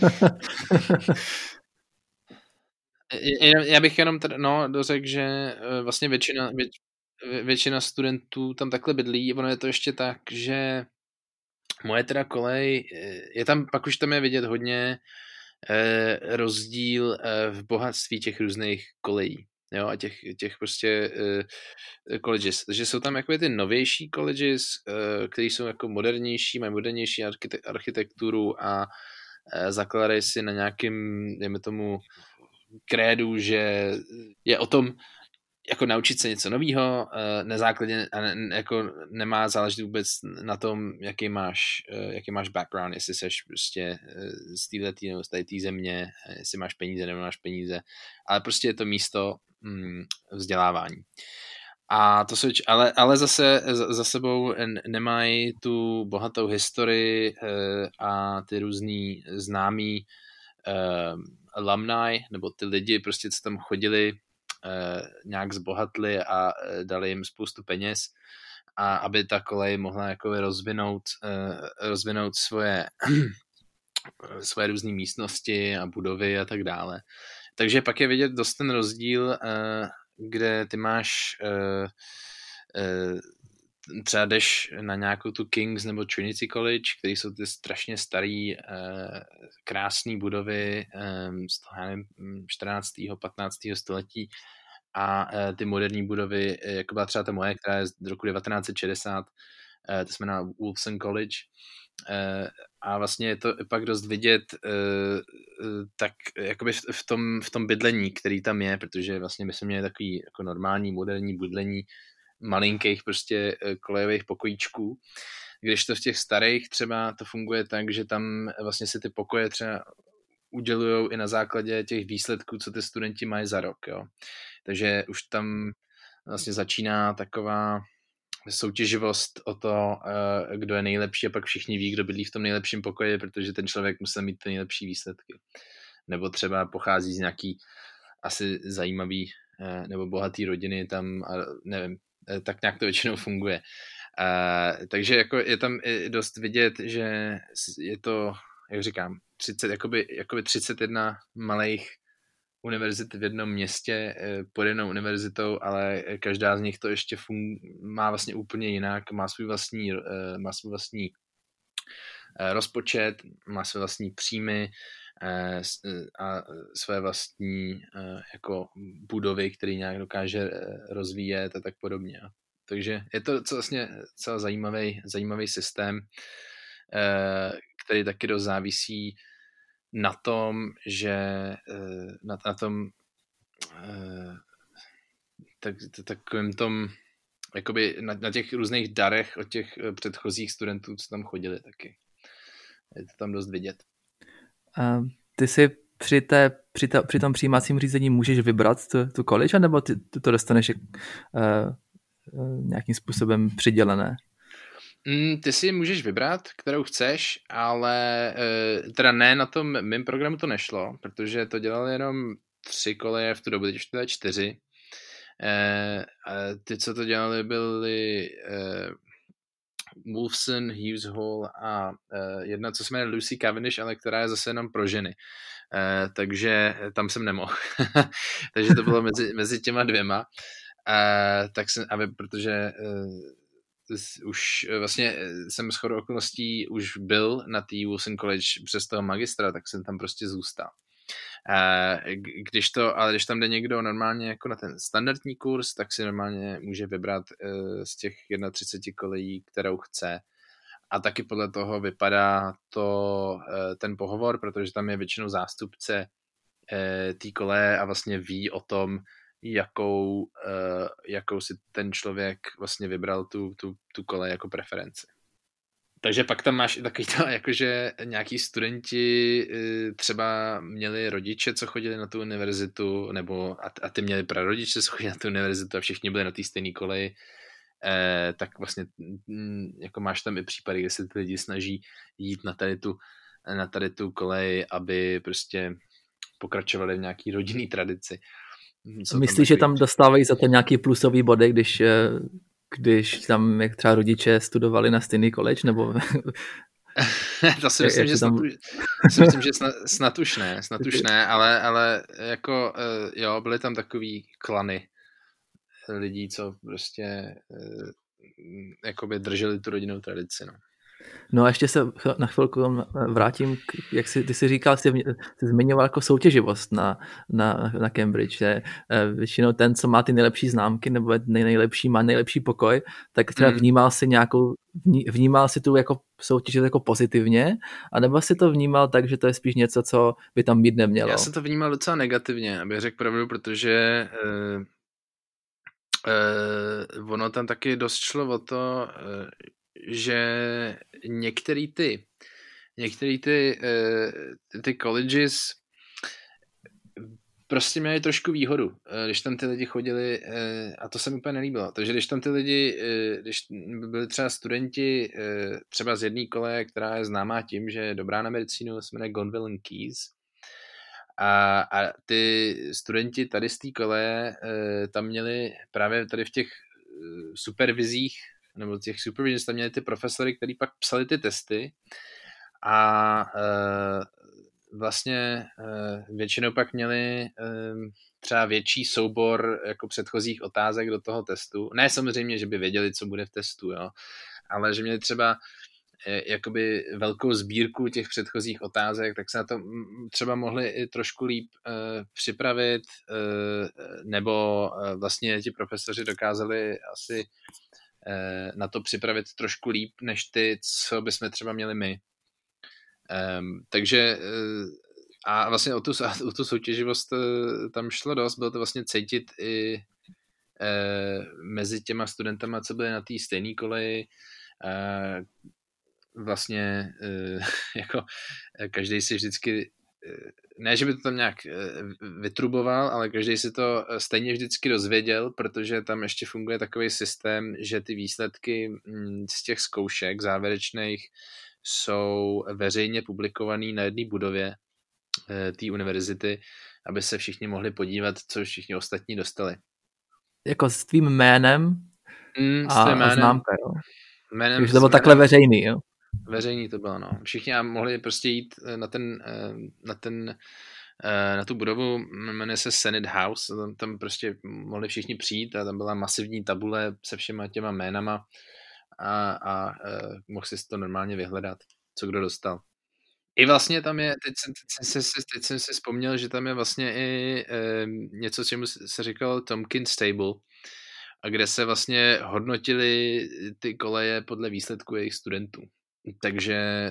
Já bych jenom tady, no, dořekl, že vlastně většina, vět, většina studentů tam takhle bydlí. Ono je to ještě tak, že moje teda kolej, je tam, pak už tam je vidět hodně eh, rozdíl eh, v bohatství těch různých kolejí. Jo, a těch, těch prostě uh, colleges. Takže jsou tam jako ty novější colleges, uh, které jsou jako modernější, mají modernější archite- architekturu a uh, zakládají si na nějakým, dejme tomu, krédu, že je o tom jako naučit se něco nového, uh, nezákladně a ne, jako nemá záležet vůbec na tom, jaký máš, uh, jaký máš background, jestli seš prostě uh, z této nebo z té země, jestli máš peníze nebo máš peníze, ale prostě je to místo mm, vzdělávání. A to jsou, ale, ale zase za, za sebou nemají tu bohatou historii uh, a ty různý známí uh, alumni, nebo ty lidi prostě, co tam chodili, Uh, nějak zbohatli a uh, dali jim spoustu peněz, a aby ta kolej mohla jako rozvinout, uh, rozvinout svoje svoje různé místnosti a budovy a tak dále. Takže pak je vidět dost ten rozdíl, uh, kde ty máš uh, uh, třeba jdeš na nějakou tu King's nebo Trinity College, které jsou ty strašně starý, uh, krásné budovy um, z toho, nevím, čtrnáctého patnáctého století a uh, ty moderní budovy, jako byla třeba ta moje, která je z roku devatenáct set šedesát, uh, to se jmenuje Wolfson College, uh, a vlastně je to pak dost vidět uh, uh, tak jakoby v, v, tom, v tom bydlení, který tam je, protože vlastně my jsme měli takový jako normální moderní bydlení malinkých prostě kolejových pokojíčků, když to v těch starých třeba to funguje tak, že tam vlastně si ty pokoje třeba udělujou i na základě těch výsledků, co ty studenti mají za rok, jo. Takže už tam vlastně začíná taková soutěživost o to, kdo je nejlepší, a pak všichni ví, kdo bydlí v tom nejlepším pokoji, protože ten člověk musel mít ty nejlepší výsledky. Nebo třeba pochází z nějaký asi zajímavý nebo bohatý rodiny tam, nevím, tak nějak to většinou funguje. Uh, takže jako je tam dost vidět, že je to, jak říkám, třicet, jakoby, jakoby třicet jedna malých univerzit v jednom městě pod jednou univerzitou, ale každá z nich to ještě fun- má vlastně úplně jinak, má svůj vlastní, uh, má svůj vlastní uh, rozpočet, má své vlastní příjmy uh, a své vlastní uh, jako budovy, které nějak dokáže rozvíjet a tak podobně. Takže je to vlastně celý zajímavý, zajímavý systém, který taky dost závisí na tom, že na, na tom tak, takovým tom jakoby na, na těch různých darech od těch předchozích studentů, co tam chodili taky. Je to tam dost vidět. A ty si při, té, při, ta, při tom přijímacím řízení můžeš vybrat tu, tu college, nebo ty, ty to dostaneš uh, nějakým způsobem přidělené? Mm, ty si můžeš vybrat, kterou chceš, ale uh, teda ne, na tom mým programu to nešlo, protože to dělali jenom tři koleje v tu dobu, teď už to je čtyři. Uh, uh, ty, co to dělali, byli uh, Wolfson, Hughes Hall a uh, jedna, co se jmenuje Lucy Cavendish, ale která je zase jenom pro ženy. Uh, takže tam jsem nemohl. Takže to bylo mezi, mezi těma dvěma. Uh, tak jsem, aby, protože uh, už vlastně jsem shodou okolností už byl na té Wilson College přes toho magistra, tak jsem tam prostě zůstal. Když to, ale když tam jde někdo normálně jako na ten standardní kurz, tak si normálně může vybrat z těch třicet jedna kolejí, kterou chce. A taky podle toho vypadá to, ten pohovor, protože tam je většinou zástupce té koleje a vlastně ví o tom, jakou, jakou si ten člověk vlastně vybral tu, tu, tu kolej jako preferenci. Takže pak tam máš i takový to, jakože nějaký studenti třeba měli rodiče, co chodili na tu univerzitu, nebo a, a ty měli prarodiče, co chodili na tu univerzitu a všichni byli na té stejné koleji, eh, tak vlastně jako máš tam i případy, kde se ty lidi snaží jít na tady tu, na tady tu kolej, aby prostě pokračovali v nějaký rodinný tradici. Myslíš, že tam dostávají za to nějaký plusový body, když... když tam jak třeba rodiče studovali na stejný college, nebo... to si myslím, že, tam... snad, si myslím, že snad, snad už ne, snad už ne, ale, ale jako jo, byly tam takový klany lidí, co prostě jakoby drželi tu rodinnou tradici, no. No a ještě se na chvilku vrátím, k, jak jsi, ty jsi říkal, jsi, jsi zmiňoval jako soutěživost na, na, na Cambridge, že většinou ten, co má ty nejlepší známky nebo nej, nejlepší, má nejlepší pokoj, tak třeba vnímal si nějakou, vnímal si tu jako soutěž jako pozitivně, anebo si to vnímal tak, že to je spíš něco, co by tam být nemělo? Já jsem to vnímal docela negativně, abych řekl pravdu, protože uh, uh, ono tam taky dost šlo o to, uh, že některý ty, některý ty, uh, ty colleges prostě měli trošku výhodu, uh, když tam ty lidi chodili, uh, a to se mi úplně nelíbilo. Takže když tam ty lidi, uh, když byli třeba studenti uh, třeba z jedné koleje, která je známá tím, že je dobrá na medicínu, se jmenuje Gonville and Keys, a, a ty studenti tady z té koleje uh, tam měli právě tady v těch uh, supervizích nebo těch supervisions, tam měli ty profesory, kteří pak psali ty testy a uh, vlastně uh, většinou pak měli um, třeba větší soubor jako předchozích otázek do toho testu. Ne samozřejmě, že by věděli, co bude v testu, jo, ale že měli třeba eh, jakoby velkou sbírku těch předchozích otázek, tak se na to třeba mohli i trošku líp uh, připravit, uh, nebo uh, vlastně ti profesoři dokázali asi na to připravit trošku líp, než ty, co bychom třeba měli my. Um, takže a vlastně o tu, o tu soutěživost tam šlo dost, bylo to vlastně cítit i e, mezi těma studentama, co byli na té stejné koleji. E, vlastně e, jako každý si vždycky ne, že by to tam nějak vytruboval, ale každý si to stejně vždycky dozvěděl, protože tam ještě funguje takový systém, že ty výsledky z těch zkoušek závěrečných jsou veřejně publikovaný na jedné budově té univerzity, aby se všichni mohli podívat, co všichni ostatní dostali. Jako s tvým jménem mm, a, jménem, a známka, jo? Jménem, Takže to bylo takhle veřejný, jo? Veřejný to bylo, no. Všichni mohli prostě jít na ten, na ten, na tu budovu, jmenuje se Senate House, tam, tam prostě mohli všichni přijít a tam byla masivní tabule se všema těma jménama a, a, a mohl si to normálně vyhledat, co kdo dostal. I vlastně tam je, teď jsem, teď jsem, si, teď jsem si vzpomněl, že tam je vlastně i e, něco, čemu se říkalo Tompkins Table, a kde se vlastně hodnotili ty koleje podle výsledku jejich studentů. Takže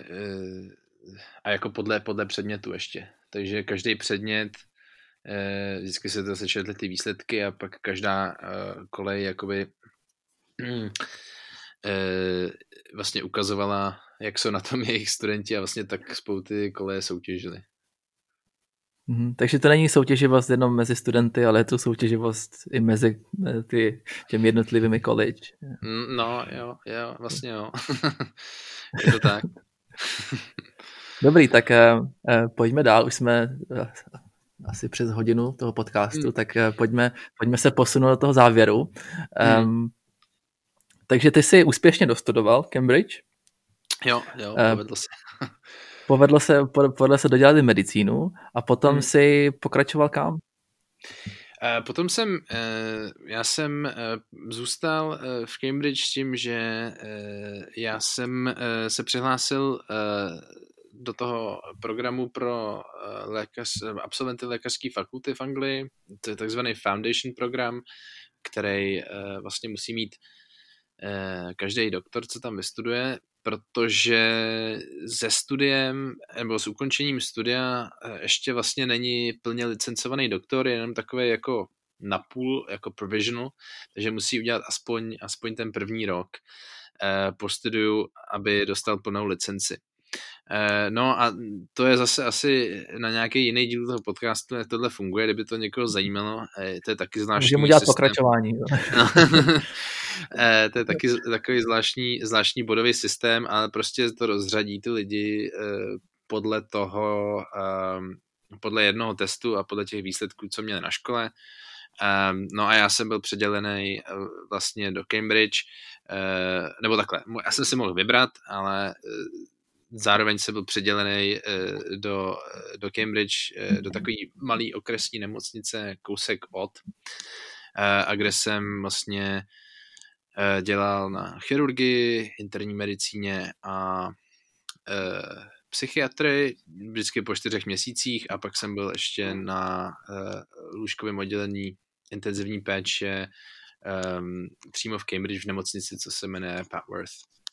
a jako podle, podle předmětu ještě. Takže každý předmět, vždycky se to sečetly ty výsledky a pak každá kolej jakoby vlastně ukazovala, jak jsou na tom jejich studenti a vlastně tak spolu ty koleje soutěžili. Mm, takže to není soutěživost jenom mezi studenty, ale je to soutěživost i mezi ty, těmi jednotlivými college. No jo, jo, vlastně jo. Je to tak. Dobrý, tak uh, pojďme dál. Už jsme uh, asi přes hodinu toho podcastu, hmm. tak uh, pojďme, pojďme se posunout do toho závěru. Um, hmm. Takže ty jsi úspěšně dostudoval Cambridge. Jo, jo, povedlo se. Povedlo se, povedlo se dodělat medicínu a potom hmm. si pokračoval kam? Uh, potom jsem, uh, já jsem uh, zůstal uh, v Cambridge s tím, že uh, já jsem uh, se přihlásil uh, do toho programu pro uh, lékař, absolventy lékařské fakulty v Anglii. To je takzvaný foundation program, který uh, vlastně musí mít uh, každý doktor, co tam vystuduje, protože se studiem nebo s ukončením studia ještě vlastně není plně licencovaný doktor, je jenom takový jako napůl, jako provisional, takže musí udělat aspoň, aspoň ten první rok eh, po studiu, aby dostal plnou licenci. Eh, no a to je zase asi na nějaký jiný díl toho podcastu, jak tohle funguje, kdyby to někoho zajímalo. Eh, to je taky zvláštní Můžeme udělat systém. Pokračování. No. eh, to je taky takový zvláštní, zvláštní bodový systém, ale prostě to rozřadí ty lidi eh, podle toho, eh, podle jednoho testu a podle těch výsledků, co měli na škole. Um, no a já jsem byl předělený uh, vlastně do Cambridge, uh, nebo takhle, já jsem si mohl vybrat, ale uh, zároveň jsem byl předělený uh, do, uh, do Cambridge, uh, do takové malé okresní nemocnice, kousek od, uh, a kde jsem vlastně uh, dělal na chirurgii, interní medicíně a uh, psychiatry, vždycky po čtyřech měsících, a pak jsem byl ještě na uh, lůžkovém oddělení intenzivní péče um, přímo v Cambridge v nemocnici, co se jmenuje Papworth.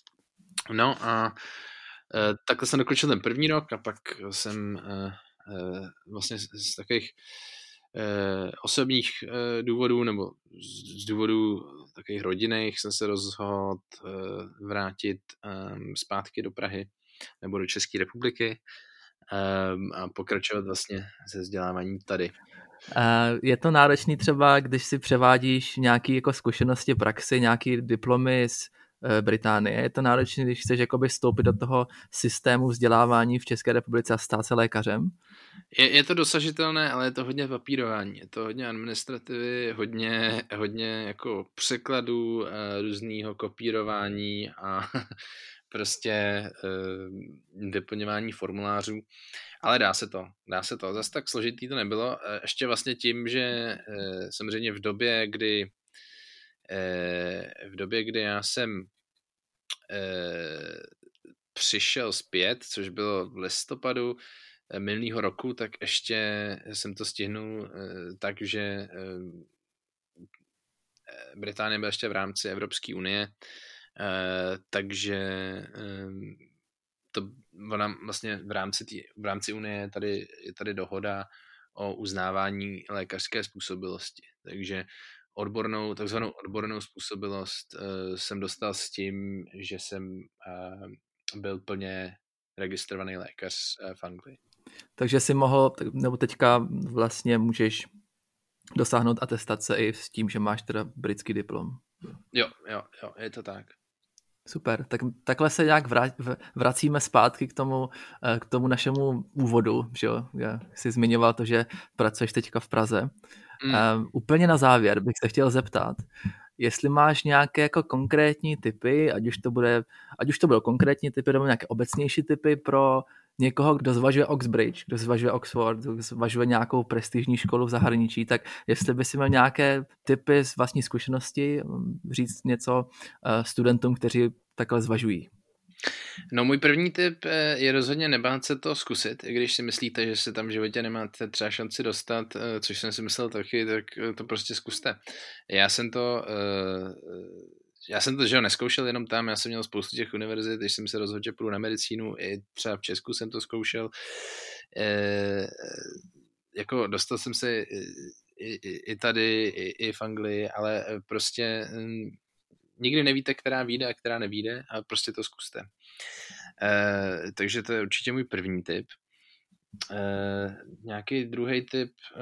No a uh, takhle jsem dokončil ten první rok a pak jsem uh, uh, vlastně z, z takových uh, osobních uh, důvodů nebo z, z důvodů takových rodinných jsem se rozhodl uh, vrátit um, zpátky do Prahy nebo do České republiky um, a pokračovat vlastně se vzděláváním tady. Je to náročný třeba, když si převádíš nějaké jako zkušenosti, praxi, nějaké diplomy z Británie. Je to náročný, když chceš jakoby vstoupit do toho systému vzdělávání v České republice a stát se lékařem? Je, je to dosažitelné, ale je to hodně papírování. Je to hodně administrativy, hodně, hodně jako překladů, různýho kopírování a prostě vyplňování formulářů. Ale dá se to, dá se to. Zase tak složitý to nebylo. Ještě vlastně tím, že samozřejmě v době, kdy v době, kdy já jsem přišel zpět, což bylo v listopadu minulého roku, tak ještě jsem to stihnul tak, že Británie byla ještě v rámci Evropské unie, takže to ona vlastně v rámci, tý, v rámci unie je tady, je tady dohoda o uznávání lékařské způsobilosti. Takže odbornou, takzvanou odbornou způsobilost uh, jsem dostal s tím, že jsem uh, byl plně registrovaný lékař uh, v Anglii. Takže si mohl, nebo teďka vlastně můžeš dosáhnout atestace i s tím, že máš teda britský diplom. Jo, jo, jo, je to tak. Super, tak takhle se nějak vracíme zpátky k tomu, k tomu našemu úvodu, že jo? Já jsi zmiňoval to, že pracuješ teďka v Praze. Mm. Um, úplně na závěr bych se chtěl zeptat, jestli máš nějaké jako konkrétní tipy, ať už to bude, ať už to budou konkrétní tipy, nebo nějaké obecnější tipy pro někoho, kdo zvažuje Oxbridge, kdo zvažuje Oxford, kdo zvažuje nějakou prestižní školu v zahraničí, tak jestli by si měl nějaké tipy z vlastní zkušenosti, říct něco studentům, kteří takhle zvažují. No můj první tip je rozhodně nebát se to zkusit, i když si myslíte, že se tam v životě nemáte třeba šanci dostat, což jsem si myslel taky, tak to prostě zkuste. Já jsem to... Já jsem to, že ho neskoušel jenom tam, já jsem měl spoustu těch univerzit, když jsem se rozhodl, že půjdu na medicínu, i třeba v Česku jsem to zkoušel. E, jako dostal jsem se i, i, i tady, i, i v Anglii, ale prostě m, nikdy nevíte, která vyjde a která nevyjde, a prostě to zkuste. E, takže to je určitě můj první tip. E, nějaký druhý tip, e,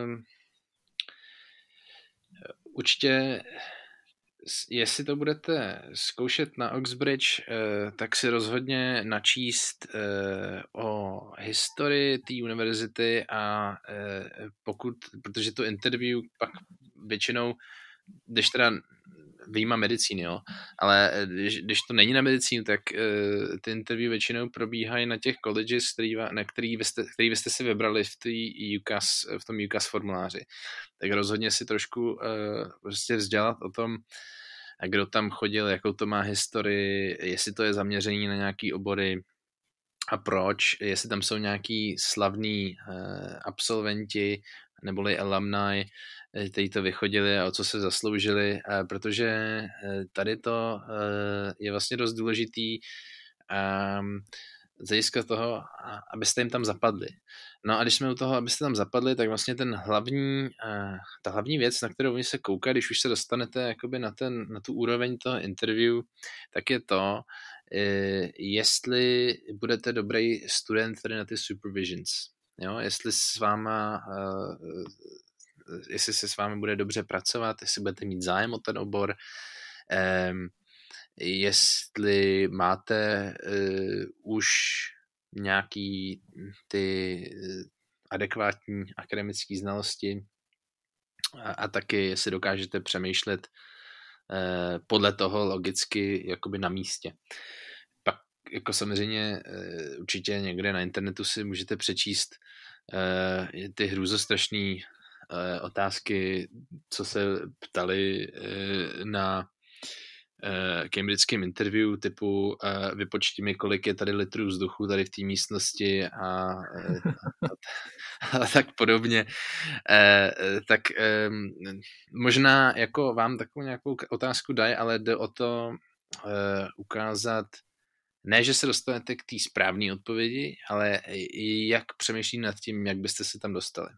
určitě jestli to budete zkoušet na Oxbridge, tak si rozhodně načíst o historii té univerzity, a pokud, protože to interview pak většinou, když teda vyjma medicíny, jo. Ale když, když to není na medicínu, tak uh, ty interview většinou probíhají na těch colleges, který, na který, byste, který byste si vybrali v, tý U C A S, v tom U C A S formuláři. Tak rozhodně si trošku uh, prostě vzdělat o tom, kdo tam chodil, jakou to má historii, jestli to je zaměření na nějaký obory a proč, jestli tam jsou nějaký slavní uh, absolventi neboli alumni, kteří to vychodili a o co se zasloužili, uh, protože uh, tady to uh, je vlastně dost důležitý um, z hlediska toho, abyste jim tam zapadli. No a když jsme u toho, abyste tam zapadli, tak vlastně ten hlavní, uh, ta hlavní věc, na kterou oni se koukají, když už se dostanete jakoby na, ten, na tu úroveň toho interview, tak je to, uh, jestli budete dobrý student tady na ty supervisions. Jo? Jestli s váma, uh, jestli se s vámi bude dobře pracovat, jestli budete mít zájem o ten obor, um, jestli máte uh, už nějaký ty adekvátní akademické znalosti a, a taky jestli dokážete přemýšlet uh, podle toho logicky jakoby na místě. Pak jako samozřejmě uh, určitě někde na internetu si můžete přečíst uh, ty hrůzostrašné uh, otázky, co se ptali uh, na cambridgeském interview typu uh, vypočti mi, kolik je tady litrů vzduchu tady v té místnosti a, a, a, a tak podobně. Uh, tak um, možná jako vám takovou nějakou otázku dají, ale jde o to uh, ukázat, ne, že se dostanete k té správné odpovědi, ale jak přemýšlí nad tím, jak byste se tam dostali.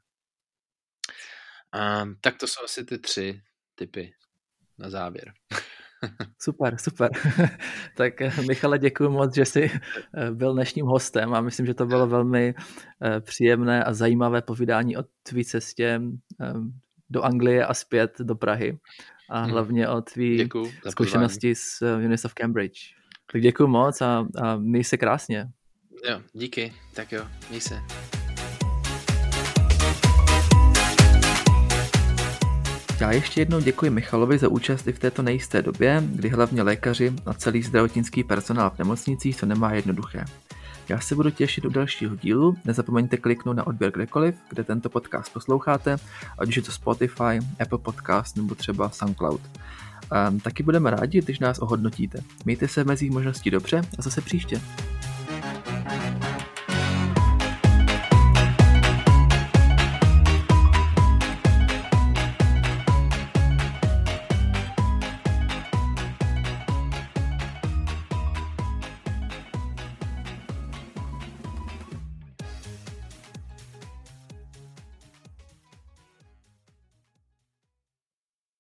Um, tak to jsou asi ty tři typy na závěr. Super, super. Tak Michale, děkuji moc, že jsi byl dnešním hostem a myslím, že to bylo velmi příjemné a zajímavé povídání o tvý cestě do Anglie a zpět do Prahy a hlavně o tvý zkušenosti z University of Cambridge. Tak děkuji moc a, a měj se krásně. Jo, díky. Tak jo, měj se. Já ještě jednou děkuji Michalovi za účast i v této nejisté době, kdy hlavně lékaři a celý zdravotnický personál v nemocnicích to nemá jednoduché. Já se budu těšit u dalšího dílu, nezapomeňte kliknout na odběr kdekoliv, kde tento podcast posloucháte, ať už je to Spotify, Apple Podcast nebo třeba SoundCloud. Um, taky budeme rádi, když nás ohodnotíte. Mějte se v mezích možností dobře a zase příště.